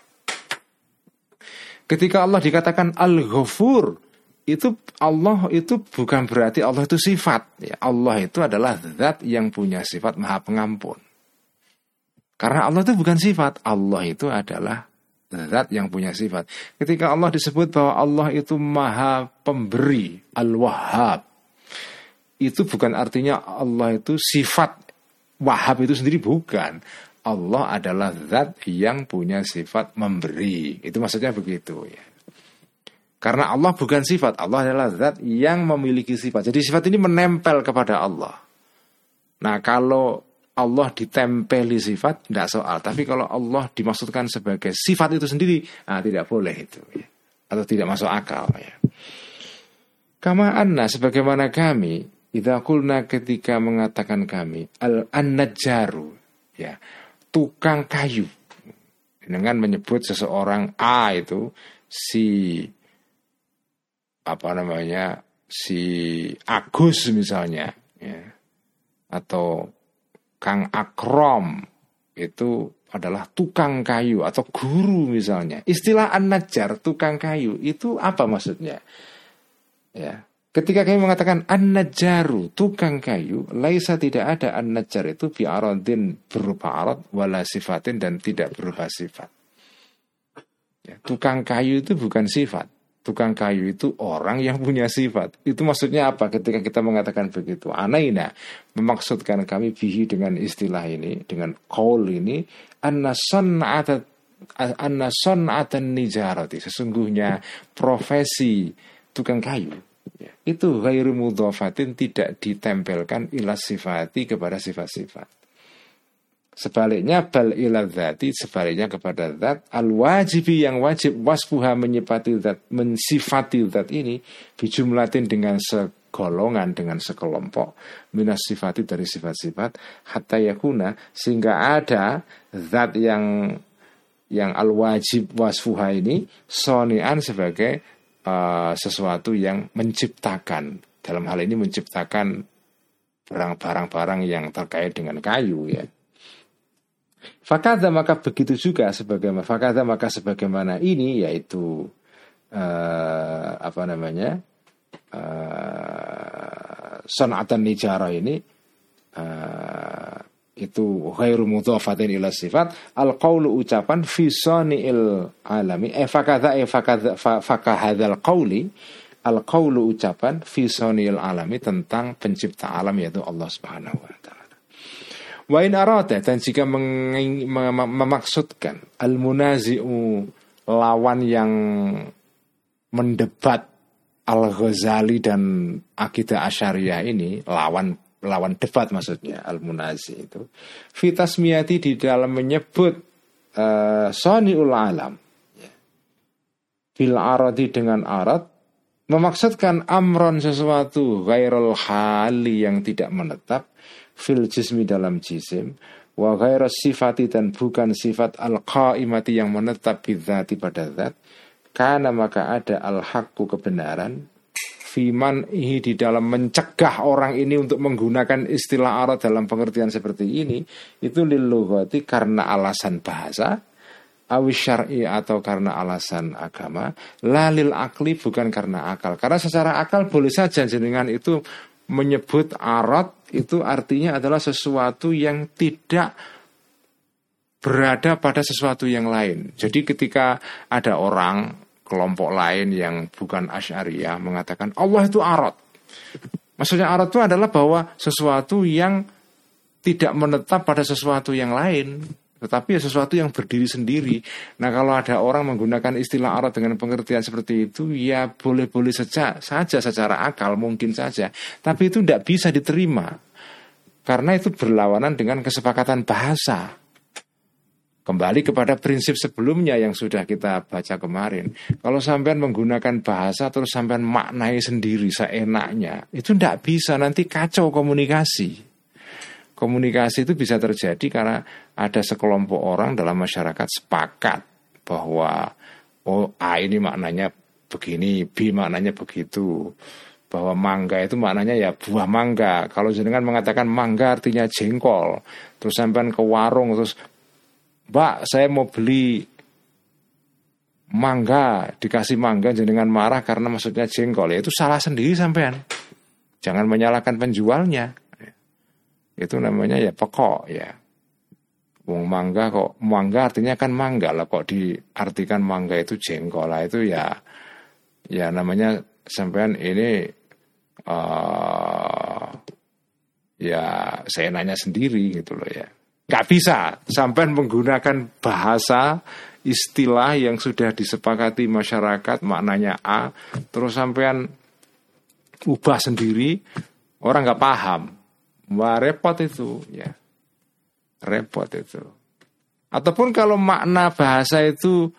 Ketika Allah dikatakan Al-Ghafur, itu Allah itu bukan berarti Allah itu sifat ya. Allah itu adalah zat yang punya sifat Maha Pengampun. Karena Allah itu bukan sifat, Allah itu adalah zat yang punya sifat. Ketika Allah disebut bahwa Allah itu Maha Pemberi, Al-Wahhab, itu bukan artinya Allah itu sifat Wahhab itu sendiri, bukan. Allah adalah zat yang punya sifat memberi. Itu maksudnya begitu ya. Karena Allah bukan sifat, Allah adalah zat yang memiliki sifat. Jadi sifat ini menempel kepada Allah. Nah kalau Allah ditempeli sifat, tidak soal. Tapi kalau Allah dimaksudkan sebagai sifat itu sendiri, tidak boleh itu ya. Atau tidak masuk akal ya. Kama anna, sebagaimana kami, idza qulna, ketika mengatakan kami, an-najjaru ya, tukang kayu, dengan menyebut seseorang A itu si Agus misalnya ya, atau Kang Akrom itu adalah tukang kayu atau guru misalnya. Istilah an-najjar, tukang kayu, itu apa maksudnya? Ya, ketika kami mengatakan an-najjaru, tukang kayu, laisa, tidak ada an-najjar itu bi aradin, berupa arad, wala sifatin, dan tidak berupa sifat. Ya, tukang kayu itu bukan sifat. Tukang kayu itu orang yang punya sifat. Itu maksudnya apa ketika kita mengatakan begitu? Anaina, memaksudkan kami bihi dengan istilah ini, dengan qaul ini, anna sanna'atan nijarati, sesungguhnya profesi tukang kayu ya, itu ghairu mudhafatin, tidak ditempelkan ila sifati, kepada sifat-sifat. Sebaliknya bal ila dzati, sebaliknya kepada zat, al-wajibi, yang wajib, wasfuha, menyifati zat, mensifati zat ini, bijumlatin, dengan segolongan, dengan sekelompok, minas sifati, dari sifat-sifat, hatta yakuna, sehingga ada zat yang al-wajib wasfuha ini soni'an, sebagai sesuatu yang menciptakan. Dalam hal ini menciptakan barang-barang yang terkait dengan kayu ya. Fakadha, maka begitu juga sebagaimana ini, yaitu sonatan nijara ini, itu ghairu mudhafatin ila sifat, al-qaulu, ucapan, fi sani'il alami, fakahadzal qauli, al-qaulu, ucapan, fi sani'il alami, tentang pencipta alam, yaitu Allah Subhanahu wa ta'ala. Wa in arada, dan jika memaksudkan, al-munazi'u, lawan yang mendebat Al-Ghazali dan akidah Asy'ariyah ini, lawan debat maksudnya, al-munazi itu, fi tasmiyati, di dalam menyebut sani'ul alam ya, bil aradi, dengan arad, memaksudkan amron sesuatu ghairul hali yang tidak menetap fil jismi dalam jisim wa ghairas sifati dan bukan sifat al-qaimati yang menetap bidzati pada zat, karena maka ada al-haqqu kebenaran fiman ini di dalam mencegah orang ini untuk menggunakan istilah arad dalam pengertian seperti ini, itu lil lughati karena alasan bahasa, awis syar'i atau karena alasan agama, lalil akli bukan karena akal. Karena secara akal boleh saja jenengan itu menyebut arad itu artinya adalah sesuatu yang tidak berada pada sesuatu yang lain. Jadi ketika ada orang kelompok lain yang bukan Asy'ariyah mengatakan Allah itu arad, maksudnya arad itu adalah bahwa sesuatu yang tidak menetap pada sesuatu yang lain, tetapi ya sesuatu yang berdiri sendiri. Nah kalau ada orang menggunakan istilah arad dengan pengertian seperti itu, ya boleh-boleh saja secara akal mungkin saja, tapi itu tidak bisa diterima karena itu berlawanan dengan kesepakatan bahasa. Kembali kepada prinsip sebelumnya yang sudah kita baca kemarin. Kalau sampean menggunakan bahasa terus sampean maknai sendiri seenaknya, itu tidak bisa, nanti kacau komunikasi. Komunikasi itu bisa terjadi karena ada sekelompok orang dalam masyarakat sepakat bahwa oh A ini maknanya begini, B maknanya begitu. Bahwa mangga itu maknanya ya buah mangga. Kalau jenengan mengatakan mangga artinya jengkol, terus sampean ke warung terus Mbak, saya mau beli mangga, dikasih mangga jenengan marah karena maksudnya jengkol. Ya itu salah sendiri sampean. Jangan menyalahkan penjualnya. Itu namanya ya pekok ya. Wong mangga kok, mangga artinya kan mangga lah, kok diartikan mangga itu jengkol lah, itu ya namanya sampean ini ya seenaknya sendiri gitu loh ya. Gak bisa sampai menggunakan bahasa istilah yang sudah disepakati masyarakat maknanya A, terus sampean ubah sendiri, orang gak paham. Wah repot itu ya, repot itu. Ataupun kalau makna bahasa itu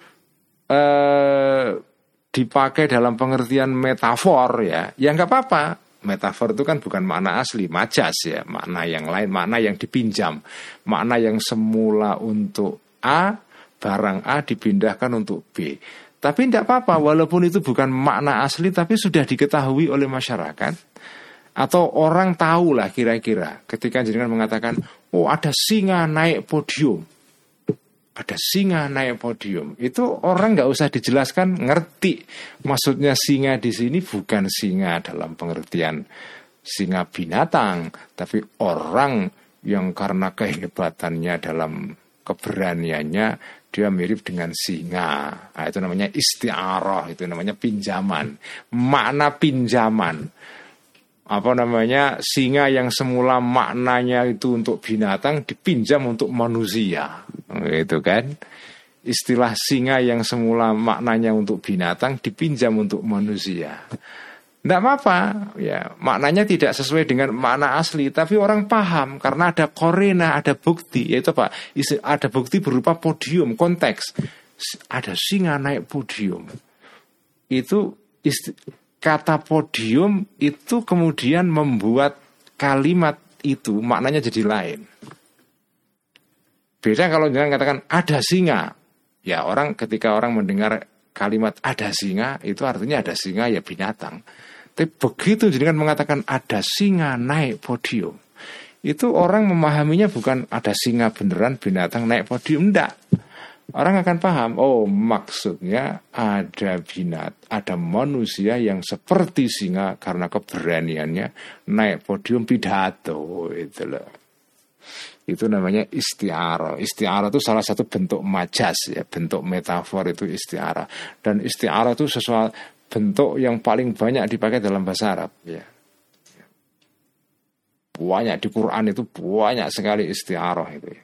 dipakai dalam pengertian metafor ya gak apa-apa. Metafor itu kan bukan makna asli, majas ya, makna yang lain, makna yang dipinjam, makna yang semula untuk A, barang A dipindahkan untuk B. Tapi tidak apa-apa, walaupun itu bukan makna asli, tapi sudah diketahui oleh masyarakat, atau orang tahu lah kira-kira, ketika jenengan mengatakan, oh ada singa naik podium, ada singa naik podium, itu orang nggak usah dijelaskan, ngerti maksudnya singa di sini bukan singa dalam pengertian singa binatang, tapi orang yang karena kehebatannya dalam keberaniannya dia mirip dengan singa. Nah, itu namanya isti'arah, itu namanya pinjaman, makna pinjaman. Apa namanya, singa yang semula maknanya itu untuk binatang dipinjam untuk manusia, gitu kan? Istilah singa yang semula maknanya untuk binatang dipinjam untuk manusia. Tidak apa-apa, ya maknanya tidak sesuai dengan makna asli, tapi orang paham karena ada korena, ada bukti, yaitu apa? Ada bukti berupa podium, konteks. Ada singa naik podium. Itu kata podium itu kemudian membuat kalimat itu maknanya jadi lain. Beda kalau jangan katakan ada singa. Ya orang ketika orang mendengar kalimat ada singa itu artinya ada singa ya binatang. Tapi begitu jangan mengatakan ada singa naik podium, itu orang memahaminya bukan ada singa beneran binatang naik podium, enggak. Orang akan paham, oh maksudnya ada manusia yang seperti singa karena keberaniannya naik podium pidato, itu loh. Itu namanya isti'arah. Isti'arah itu salah satu bentuk majas ya, bentuk metafor itu isti'arah. Dan isti'arah itu sesuatu bentuk yang paling banyak dipakai dalam bahasa Arab ya. Banyak di Quran itu banyak sekali isti'arah itu ya.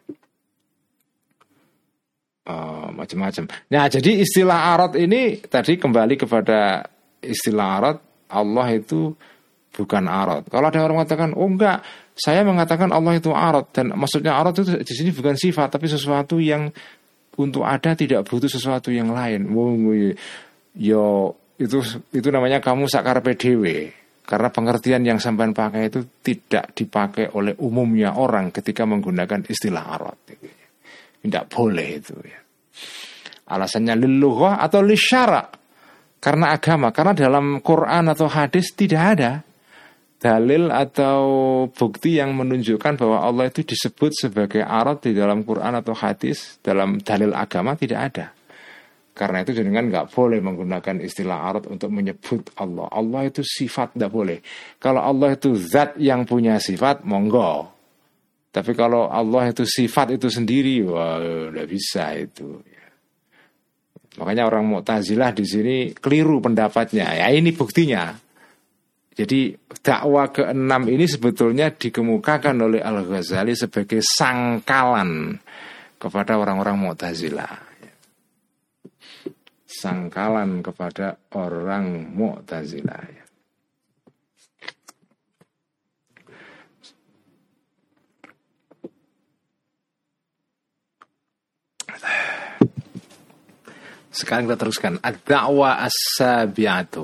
Macam-macam. Nah, jadi istilah arad ini tadi kembali kepada istilah arad, Allah itu bukan arad. Kalau ada orang mengatakan, oh enggak, saya mengatakan Allah itu arad, dan maksudnya arad itu di sini bukan sifat, tapi sesuatu yang untuk ada tidak butuh sesuatu yang lain. Yo itu namanya kamu sakarepe dhewe. Karena pengertian yang sampean pakai itu tidak dipakai oleh umumnya orang ketika menggunakan istilah arad. Tidak boleh itu ya. Alasannya lil-lughah atau lisyara. Karena agama, karena dalam Quran atau hadis tidak ada dalil atau bukti yang menunjukkan bahwa Allah itu disebut sebagai arad di dalam Quran atau hadis, dalam dalil agama tidak ada. Karena itu jenengan nggak boleh menggunakan istilah arad untuk menyebut Allah. Allah itu sifat, tidak boleh. Kalau Allah itu zat yang punya sifat, monggo. Tapi kalau Allah itu sifat itu sendiri, wah, nggak bisa itu. Makanya orang Mu'tazilah di sini keliru pendapatnya. Ya ini buktinya. Jadi dakwah ke-6 ini sebetulnya dikemukakan oleh Al-Ghazali sebagai sangkalan kepada orang-orang Mu'tazilah. Sangkalan kepada orang Mu'tazilah. Sekarang kita teruskan ad-da'wah as-sabi'atu.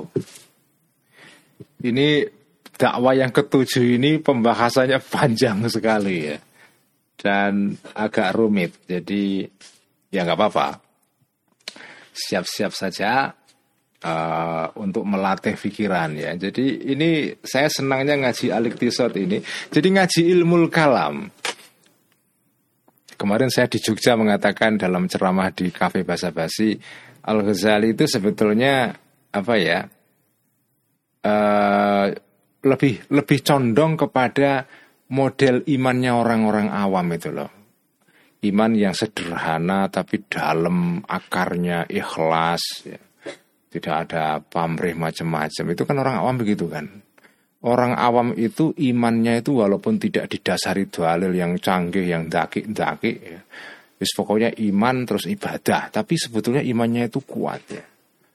Ini dakwah yang ke-7 ini pembahasannya panjang sekali ya. Dan agak rumit. Jadi ya nggak apa-apa. Siap-siap saja untuk melatih pikiran ya. Jadi ini saya senangnya ngaji al-iqtisad ini. Jadi ngaji ilmu kalam. Kemarin saya di Jogja mengatakan dalam ceramah di Kafe Basa-Basi, Al-Ghazali itu sebetulnya apa ya? Lebih condong kepada model imannya orang-orang awam itu loh. Iman yang sederhana tapi dalam akarnya ikhlas ya. Tidak ada pamrih macam-macam. Itu kan orang awam begitu kan. Orang awam itu imannya itu walaupun tidak didasari dalil yang canggih, yang daki-daki ya. Wis pokoknya iman terus ibadah, tapi sebetulnya imannya itu kuat ya.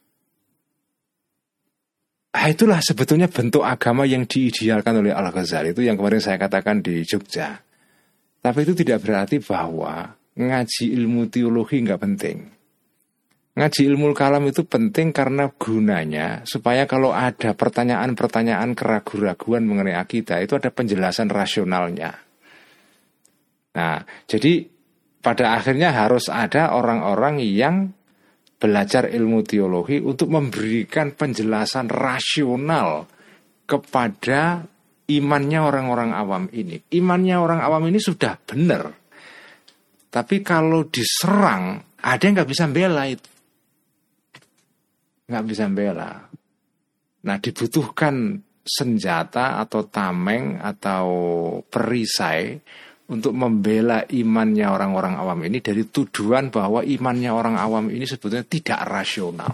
Itulah sebetulnya bentuk agama yang diidealkan oleh Al-Ghazali itu yang kemarin saya katakan di Jogja. Tapi itu tidak berarti bahwa ngaji ilmu teologi nggak penting. Ngaji ilmu kalam itu penting karena gunanya supaya kalau ada pertanyaan-pertanyaan keraguan-raguan mengenai akidah itu ada penjelasan rasionalnya. Nah, jadi pada akhirnya harus ada orang-orang yang belajar ilmu teologi untuk memberikan penjelasan rasional kepada imannya orang-orang awam ini. Imannya orang awam ini sudah benar. Tapi kalau diserang, ada yang nggak bisa bela itu. Nggak bisa bela. Nah, dibutuhkan senjata atau tameng atau perisai untuk membela imannya orang-orang awam ini dari tuduhan bahwa imannya orang awam ini sebetulnya tidak rasional.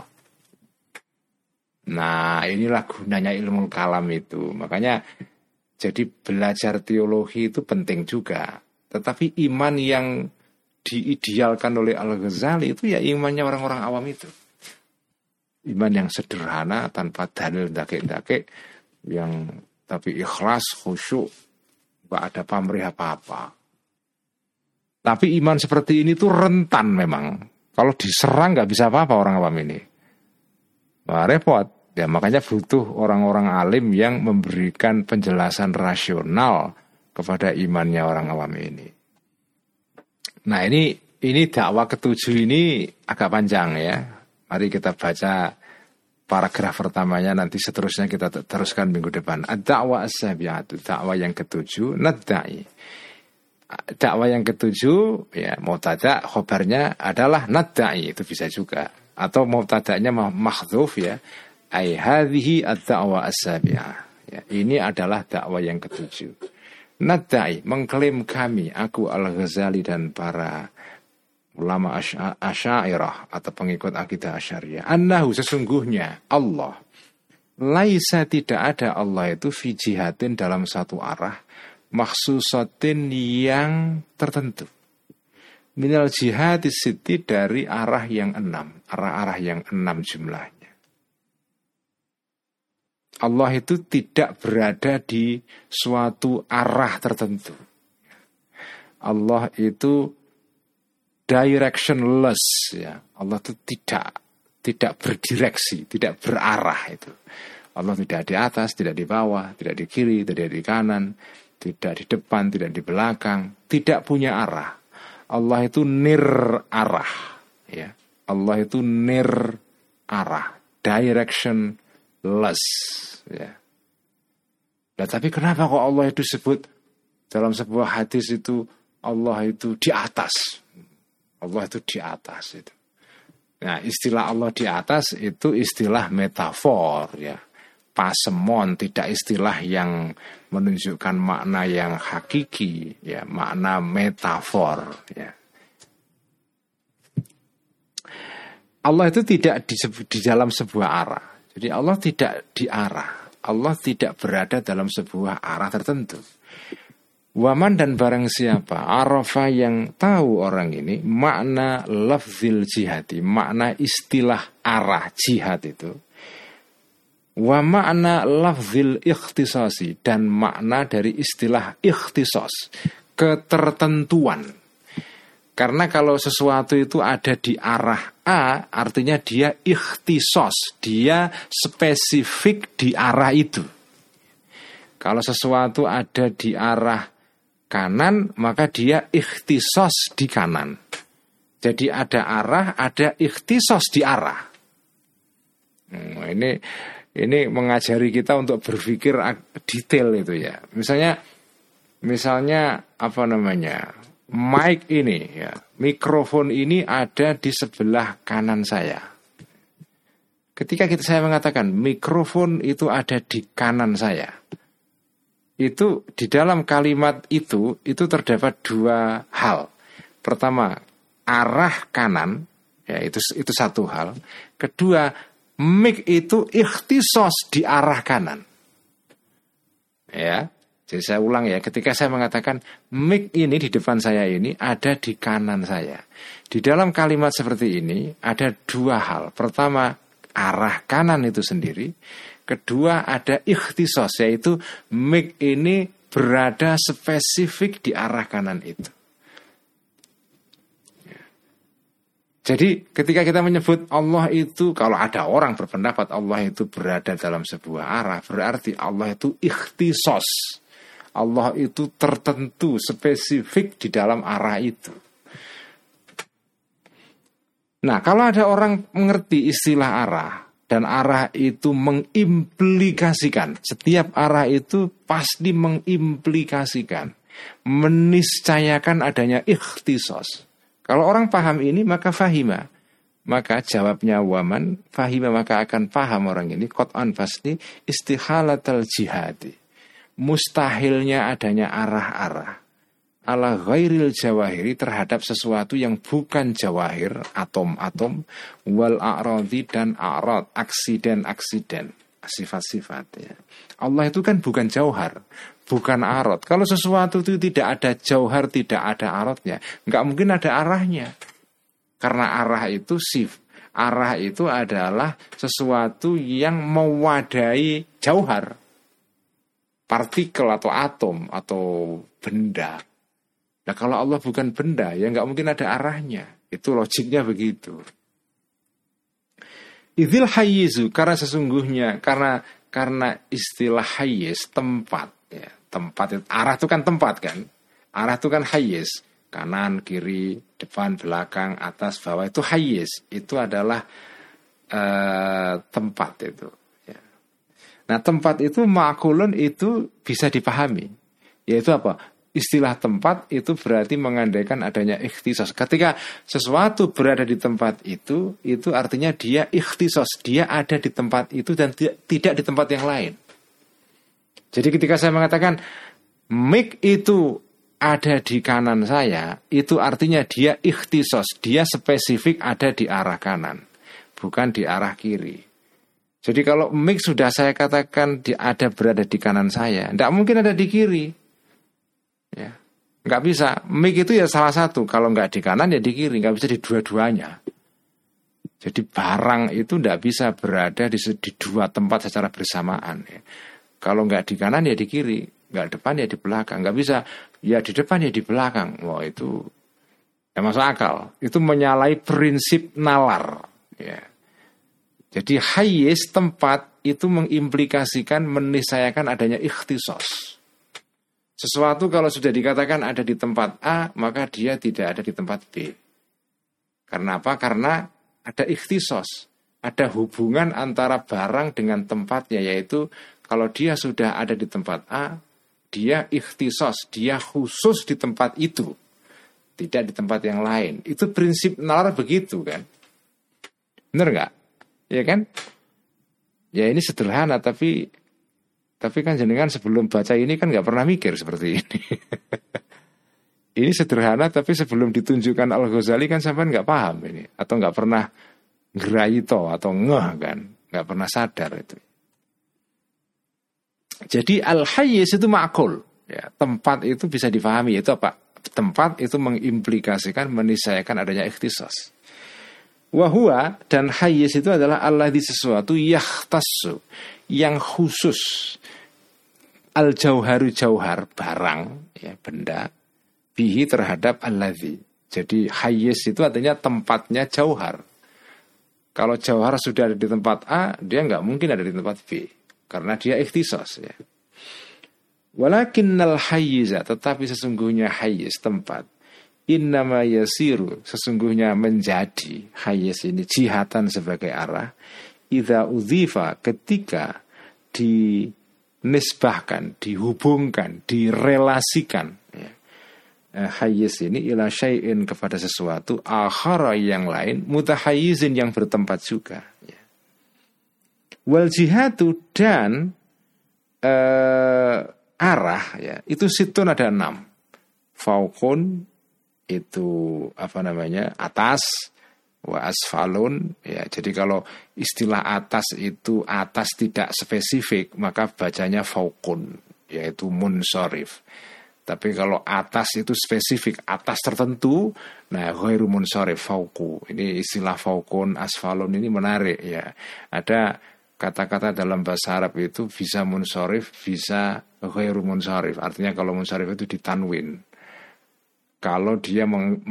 Nah, inilah gunanya ilmu kalam itu. Makanya jadi belajar teologi itu penting juga. Tetapi iman yang diidealkan oleh Al-Ghazali itu ya imannya orang-orang awam itu. Iman yang sederhana tanpa dalil dake-dake, yang tapi ikhlas, khusyuk, gak ada pamrih apa-apa. Tapi iman seperti ini tuh rentan memang. Kalau diserang gak bisa apa-apa orang awam ini. Wah, repot. Ya makanya butuh orang-orang alim yang memberikan penjelasan rasional kepada imannya orang awam ini. Nah ini dakwah ke-7 ini agak panjang ya. Mari kita baca paragraf pertamanya, nanti seterusnya kita teruskan minggu depan. Ad-da'wah as-sabi'atu, dakwah yang ke-7, nadda'i. Dakwah yang ke-7 ya mubtada, khobarnya adalah nadda'i, itu bisa juga. Atau mubtada'nya mahdhuf ya. Ai hadhihi ad-da'wah as-sabi'ah. Ya, ini adalah dakwah yang ke-7. Nadda'i, mengklaim kami, aku Al-Ghazali dan para ulama Asy'ariyah atau pengikut akidah Asy'ariyah, annahu sesungguhnya Allah laisa tidak ada Allah itu fi jihatin dalam satu arah makhsusatin yang tertentu minal jihadis siti dari arah yang 6, arah-arah yang 6 jumlahnya. Allah itu tidak berada di suatu arah tertentu. Allah itu directionless ya. Allah itu tidak berdireksi, tidak berarah itu. Allah tidak di atas, tidak di bawah, tidak di kiri, tidak di kanan, tidak di depan, tidak di belakang, tidak punya arah. Allah itu arah, ya. Allah itu arah, directionless, ya. Nah, tapi kenapa kok Allah itu sebut dalam sebuah hadis itu Allah itu di atas? Allah itu di atas itu. Nah, istilah Allah di atas itu istilah metafor, ya. Pasemon, tidak istilah yang menunjukkan makna yang hakiki, ya, makna metafor, ya. Allah itu tidak di dalam sebuah arah. Jadi Allah tidak di arah. Allah tidak berada dalam sebuah arah tertentu. Waman dan barang siapa arafa yang tahu orang ini makna lafzil jihadi, makna istilah arah jihad itu. Wa makna lafzil ikhtisasi, dan makna dari istilah ikhtisas, ketertentuan. Karena kalau sesuatu itu ada di arah A, artinya dia ikhtisas, dia spesifik di arah itu. Kalau sesuatu ada di arah kanan, maka dia ikhtisas di kanan. Jadi ada arah, ada ikhtisas di arah. Ini mengajari kita untuk berpikir detail itu, ya. Misalnya apa namanya? Mic ini, ya, mikrofon ini ada di sebelah kanan saya. Ketika saya mengatakan mikrofon itu ada di kanan saya, itu di dalam kalimat itu terdapat dua hal. Pertama, arah kanan, ya, itu satu hal. Kedua, mic itu ikhtisas di arah kanan. Ya. Jadi saya ulang, ya, ketika saya mengatakan mic ini di depan saya ini ada di kanan saya. Di dalam kalimat seperti ini ada dua hal. Pertama, arah kanan itu sendiri. Kedua, ada ikhtisas, yaitu mic ini berada spesifik di arah kanan itu. Jadi ketika kita menyebut Allah itu, kalau ada orang berpendapat Allah itu berada dalam sebuah arah, berarti Allah itu ikhtisas. Allah itu tertentu, spesifik di dalam arah itu. Nah, kalau ada orang mengerti istilah arah, dan arah itu mengimplikasikan, setiap arah itu pasti mengimplikasikan, meniscayakan adanya ikhtisas. Kalau orang paham ini, maka fahima. Maka jawabnya waman, fahima, maka akan paham orang ini, qat'an pasti, istihalatal jihadi. Mustahilnya adanya arah-arah ala ghairil jawahiri, terhadap sesuatu yang bukan jawahir, atom-atom, wal a'radhi, dan a'rad, aksiden-aksiden, sifat-sifat, ya. Allah itu kan bukan jauhar, bukan arad. Kalau sesuatu itu tidak ada jauhar, tidak ada aradnya, nggak mungkin ada arahnya. Karena arah itu arah itu adalah sesuatu yang mewadai jauhar, partikel atau atom atau benda. Nah, kalau Allah bukan benda, ya nggak mungkin ada arahnya. Itu logiknya begitu. Idzil hayyizu, karena sesungguhnya karena istilah hayyiz, tempat, ya. Tempat itu, arah itu kan tempat, kan. Arah itu kan hayyiz, kanan, kiri, depan, belakang, atas, bawah, itu hayyiz. Itu adalah tempat itu. Nah, tempat itu ma'kulun, itu bisa dipahami. Yaitu apa? Istilah tempat itu berarti mengandaikan adanya ikhtisas. Ketika sesuatu berada di tempat itu artinya dia ikhtisas. Dia ada di tempat itu dan tidak di tempat yang lain. Jadi ketika saya mengatakan mic itu ada di kanan saya, itu artinya dia ikhtisas. Dia spesifik ada di arah kanan, bukan di arah kiri. Jadi kalau mic sudah saya katakan ada berada di kanan saya, tidak mungkin ada di kiri, ya, nggak bisa. Mic itu ya salah satu, kalau nggak di kanan ya di kiri, nggak bisa di dua-duanya. Jadi barang itu tidak bisa berada di dua tempat secara bersamaan. Ya. Kalau nggak di kanan ya di kiri, nggak depan ya di belakang, nggak bisa ya di depan ya di belakang. Wah, itu ya masuk akal. Itu menyalahi prinsip nalar, ya. Jadi hayyiz tempat itu mengimplikasikan, meniscayakan adanya ikhtisos. Sesuatu kalau sudah dikatakan ada di tempat A, maka dia tidak ada di tempat B. Karena apa? Karena ada ikhtisos. Ada hubungan antara barang dengan tempatnya, yaitu kalau dia sudah ada di tempat A, dia ikhtisos, dia khusus di tempat itu, tidak di tempat yang lain. Itu prinsip nalar begitu kan? Bener nggak? Ya kan? Ya ini sederhana, tapi kan jenengan sebelum baca ini kan nggak pernah mikir seperti ini. Ini sederhana, tapi sebelum ditunjukkan Al-Ghazali kan sampai nggak paham ini, atau nggak pernah ngeraito atau ngeh kan, nggak pernah sadar itu. Jadi al-hayyiz itu ma'qul, ya, tempat itu bisa difahami. Itu apa? Tempat itu mengimplikasikan, meniscayakan adanya ikhtisas. Wahua, dan hayyiz itu adalah alladzi sesuatu yahtassu, yang khusus, al-jauharu jauhar, barang, ya, benda, bihi terhadap alladzi. Jadi hayyiz itu artinya tempatnya jauhar. Kalau jauhar sudah ada di tempat A, dia nggak mungkin ada di tempat B, karena dia ikhtisos, ya. Walakinnal hayyiza, tetapi sesungguhnya hayyiz tempat, innama yasiru, sesungguhnya menjadi hayyiz ini jihatan sebagai arah, idza udhifa, ketika dinisbahkan, dihubungkan, direlasikan, ya, hayyiz ini ila syai'in, kepada sesuatu, akhara yang lain, mutahayyizin yang bertempat juga, ya. Wal jihatu, dan arah, ya, itu situn ada 6. Fauqun itu apa namanya? Atas, wa asfalun, ya. Jadi kalau istilah atas itu atas tidak spesifik, maka bacanya fauqun, yaitu munsharif. Tapi kalau atas itu spesifik, atas tertentu, nah ghairu munsharif, fauqu. Ini istilah fauqun, asfalun ini menarik, ya. Ada kata-kata dalam bahasa Arab itu bisa munsharif, bisa ghairu munsharif. Artinya kalau munsharif itu ditanwin. Kalau dia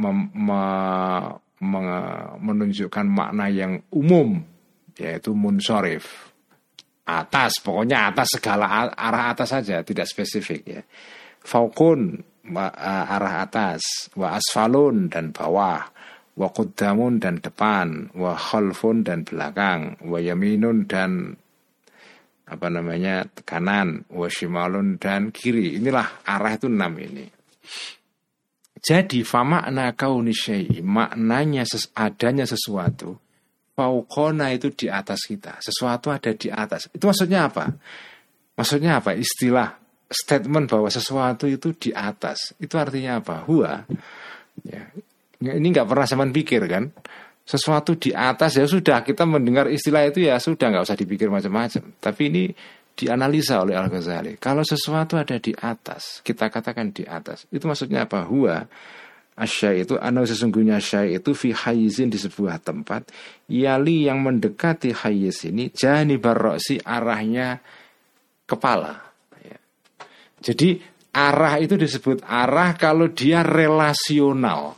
menunjukkan makna yang umum, yaitu munsharif. Atas, pokoknya atas, segala arah atas saja, tidak spesifik, ya. Fauqun, arah atas, wa asfalun, dan bawah, wa quddamun, dan depan, wa khalfun, dan belakang, wa yaminun, dan apa namanya, kanan, wa shimalun, dan kiri. Inilah arah itu 6 ini. Jadi famakna kauni syai', maknanya adanya sesuatu, fauqona itu di atas kita, sesuatu ada di atas. Itu maksudnya apa? Maksudnya apa? Istilah statement bahwa sesuatu itu di atas, itu artinya apa? Huwa, ya, ini nggak pernah zaman pikir kan? Sesuatu di atas, ya sudah, kita mendengar istilah itu ya sudah, nggak usah dipikir macam-macam. Tapi ini dianalisa oleh Al-Ghazali. Kalau sesuatu ada di atas, kita katakan di atas, itu maksudnya apa? Huwa, asyai' itu, sesungguhnya syai' itu fi hayyizin, di sebuah tempat, yali yang mendekati hayyiz ini, janibar ra'si, arahnya kepala. Jadi arah itu disebut arah kalau dia relasional,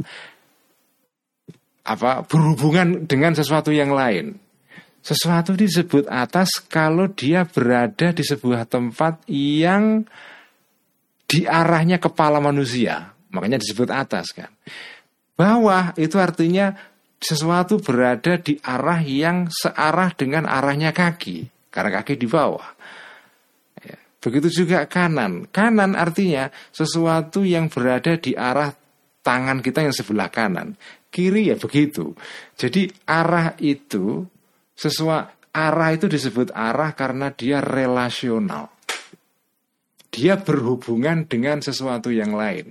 apa, berhubungan dengan sesuatu yang lain. Sesuatu disebut atas kalau dia berada di sebuah tempat yang di arahnya kepala manusia, makanya disebut atas kan. Bawah itu artinya sesuatu berada di arah yang searah dengan arahnya kaki, karena kaki di bawah. Begitu juga kanan. Kanan artinya sesuatu yang berada di arah tangan kita yang sebelah kanan. Kiri ya begitu. Jadi arah itu, arah itu disebut arah karena dia relasional. Dia berhubungan dengan sesuatu yang lain.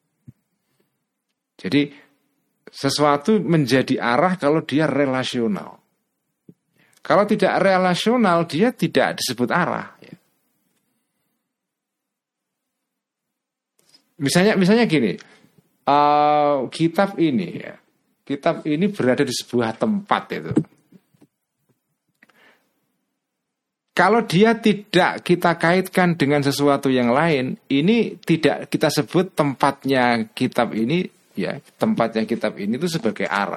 Jadi sesuatu menjadi arah kalau dia relasional. Kalau tidak relasional, dia tidak disebut arah. Misalnya gini, kitab ini berada di sebuah tempat itu. Kalau dia tidak kita kaitkan dengan sesuatu yang lain, ini tidak kita sebut tempatnya kitab ini, ya, tempatnya kitab ini itu sebagai arah.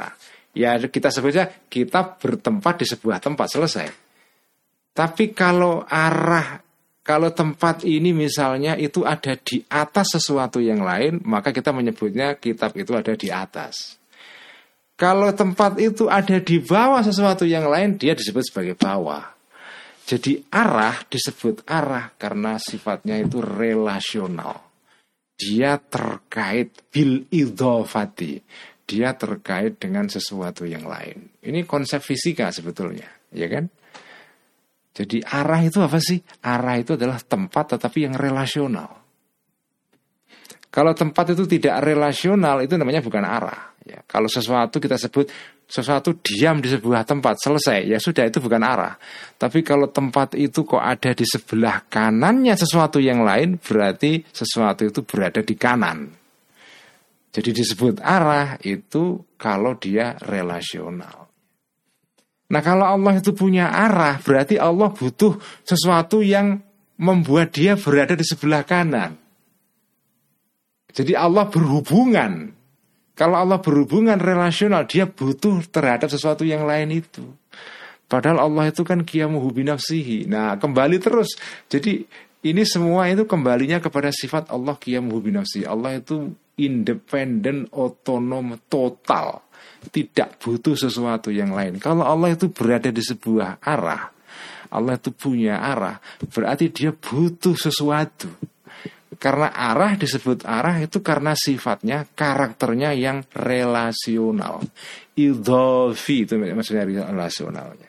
Ya kita sebutnya kitab bertempat di sebuah tempat, selesai. Tapi kalau tempat ini misalnya itu ada di atas sesuatu yang lain, maka kita menyebutnya kitab itu ada di atas. Kalau tempat itu ada di bawah sesuatu yang lain, dia disebut sebagai bawah. Jadi arah disebut arah karena sifatnya itu relasional. Dia terkait bil idhofati. Dia terkait dengan sesuatu yang lain. Ini konsep fisika sebetulnya, ya kan? Jadi arah itu apa sih? Arah itu adalah tempat tetapi yang relasional. Kalau tempat itu tidak relasional, itu namanya bukan arah. Ya, kalau sesuatu kita sebut sesuatu diam di sebuah tempat, selesai, ya sudah, itu bukan arah. Tapi kalau tempat itu kok ada di sebelah kanannya sesuatu yang lain, berarti sesuatu itu berada di kanan. Jadi disebut arah itu kalau dia relasional. Nah kalau Allah itu punya arah, berarti Allah butuh sesuatu yang membuat dia berada di sebelah kanan. Jadi Allah berhubungan. Kalau Allah berhubungan relasional, dia butuh terhadap sesuatu yang lain itu. Padahal Allah itu kan qiyamuhu binafsihi. Nah kembali terus. Jadi ini semua itu kembalinya kepada sifat Allah qiyamuhu binafsihi. Allah itu independen, otonom, total. Tidak butuh sesuatu yang lain. Kalau Allah itu berada di sebuah arah, Allah itu punya arah, berarti dia butuh sesuatu. Karena arah disebut arah itu karena sifatnya, karakternya yang relasional. Idhofi itu maksudnya relasionalnya.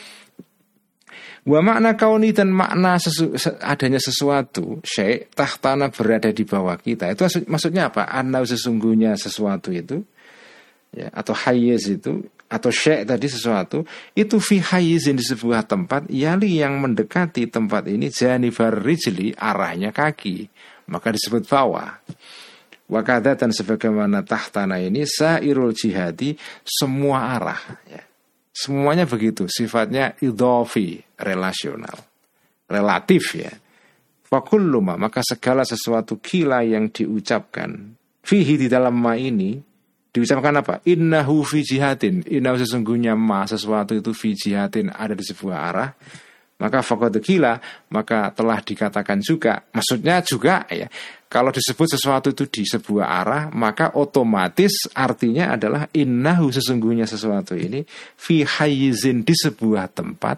Wa makna kauni, dan makna adanya sesuatu syai' tahtana, berada di bawah kita. Itu maksudnya apa? Anna, sesungguhnya sesuatu itu, ya, atau hayyiz itu, atau syai' tadi sesuatu itu fi hayyizin, di sebuah tempat, yali yang mendekati tempat ini, janibar rijli, arahnya kaki, maka disebut bawah. Wakada, dan sebagaimana tahtana ini sairul jihadi, semua arah, ya. Semuanya begitu, sifatnya idhofi, relasional, relatif, ya. Fakulluma, maka segala sesuatu kila yang diucapkan fihi, di dalam ma ini diucapkan apa? Innahu fi jihadin, innahu sesungguhnya ma, sesuatu itu fi jihadin, ada di sebuah arah. Maka faqad qila, maka telah dikatakan juga, maksudnya juga, ya, kalau disebut sesuatu itu di sebuah arah, maka otomatis artinya adalah innahu, sesungguhnya sesuatu ini fi hayyizin, di sebuah tempat,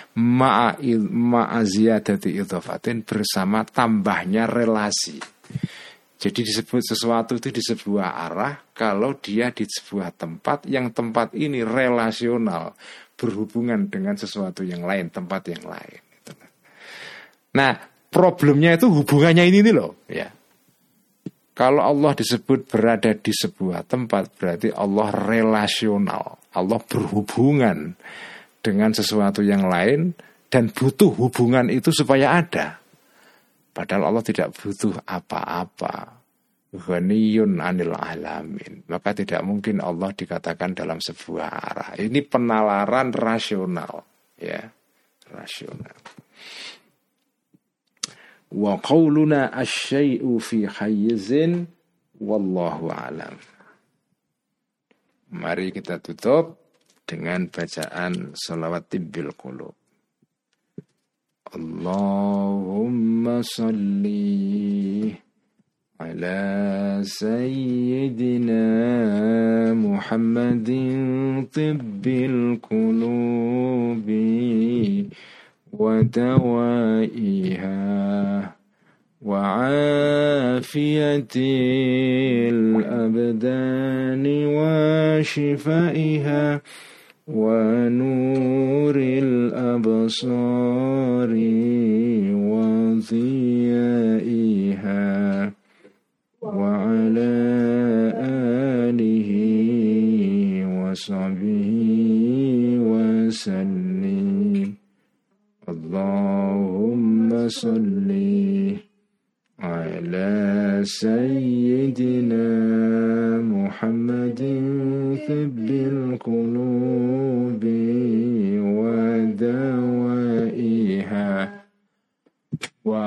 ma'aziyadati idhofatin, bersama tambahnya relasi. Jadi disebut sesuatu itu di sebuah arah kalau dia di sebuah tempat, yang tempat ini relasional, berhubungan dengan sesuatu yang lain, tempat yang lain. Nah, problemnya itu hubungannya ini loh, ya. Kalau Allah disebut berada di sebuah tempat, berarti Allah relasional, Allah berhubungan dengan sesuatu yang lain dan butuh hubungan itu supaya ada. Padahal Allah tidak butuh apa-apa. Ghaniyun anil alamin. Maka tidak mungkin Allah dikatakan dalam sebuah arah. Ini penalaran rasional, ya, rasional. Wa qauluna asy-syai'u fi hayyizin wallahu alam. Mari kita tutup dengan bacaan shalawat tibbil qulub. Allahumma salli ala sayyidina Muhammadin tibbil qulubi wa dawaiha wa afiyatil abdani wa shifaiha wa nuril absari wa dhiyaiha wa ala alihi wa sahbihi wa sallim. Allahumma salli ala sayyidina Muhammadin tibbil qulubi wa dawaiha wa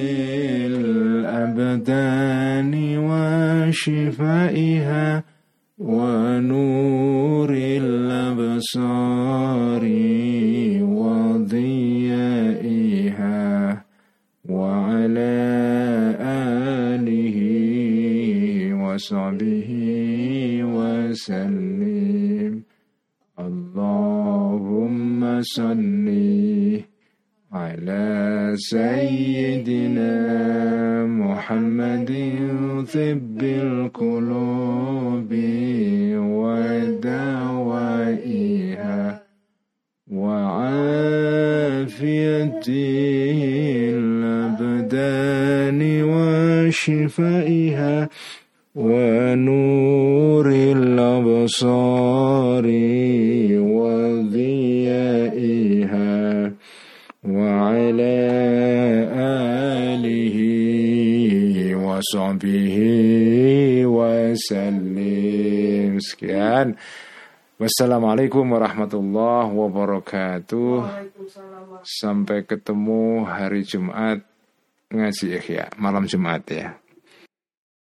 afiyatil abdani wa shifaiha ونور الأبصار وضيائها وعلى آله وصحبه وسلم اللهم صل على سيدنا محمد طب القلوب ودوائها وعافية الأبدان وشفائها ونور الأبصار وضيائها وعلى آله وصحبه wasallim. Sekian. Wassalamualaikum warahmatullahi wabarakatuh. Sampai ketemu hari Jumat ngaji Ihya, malam Jumat ya.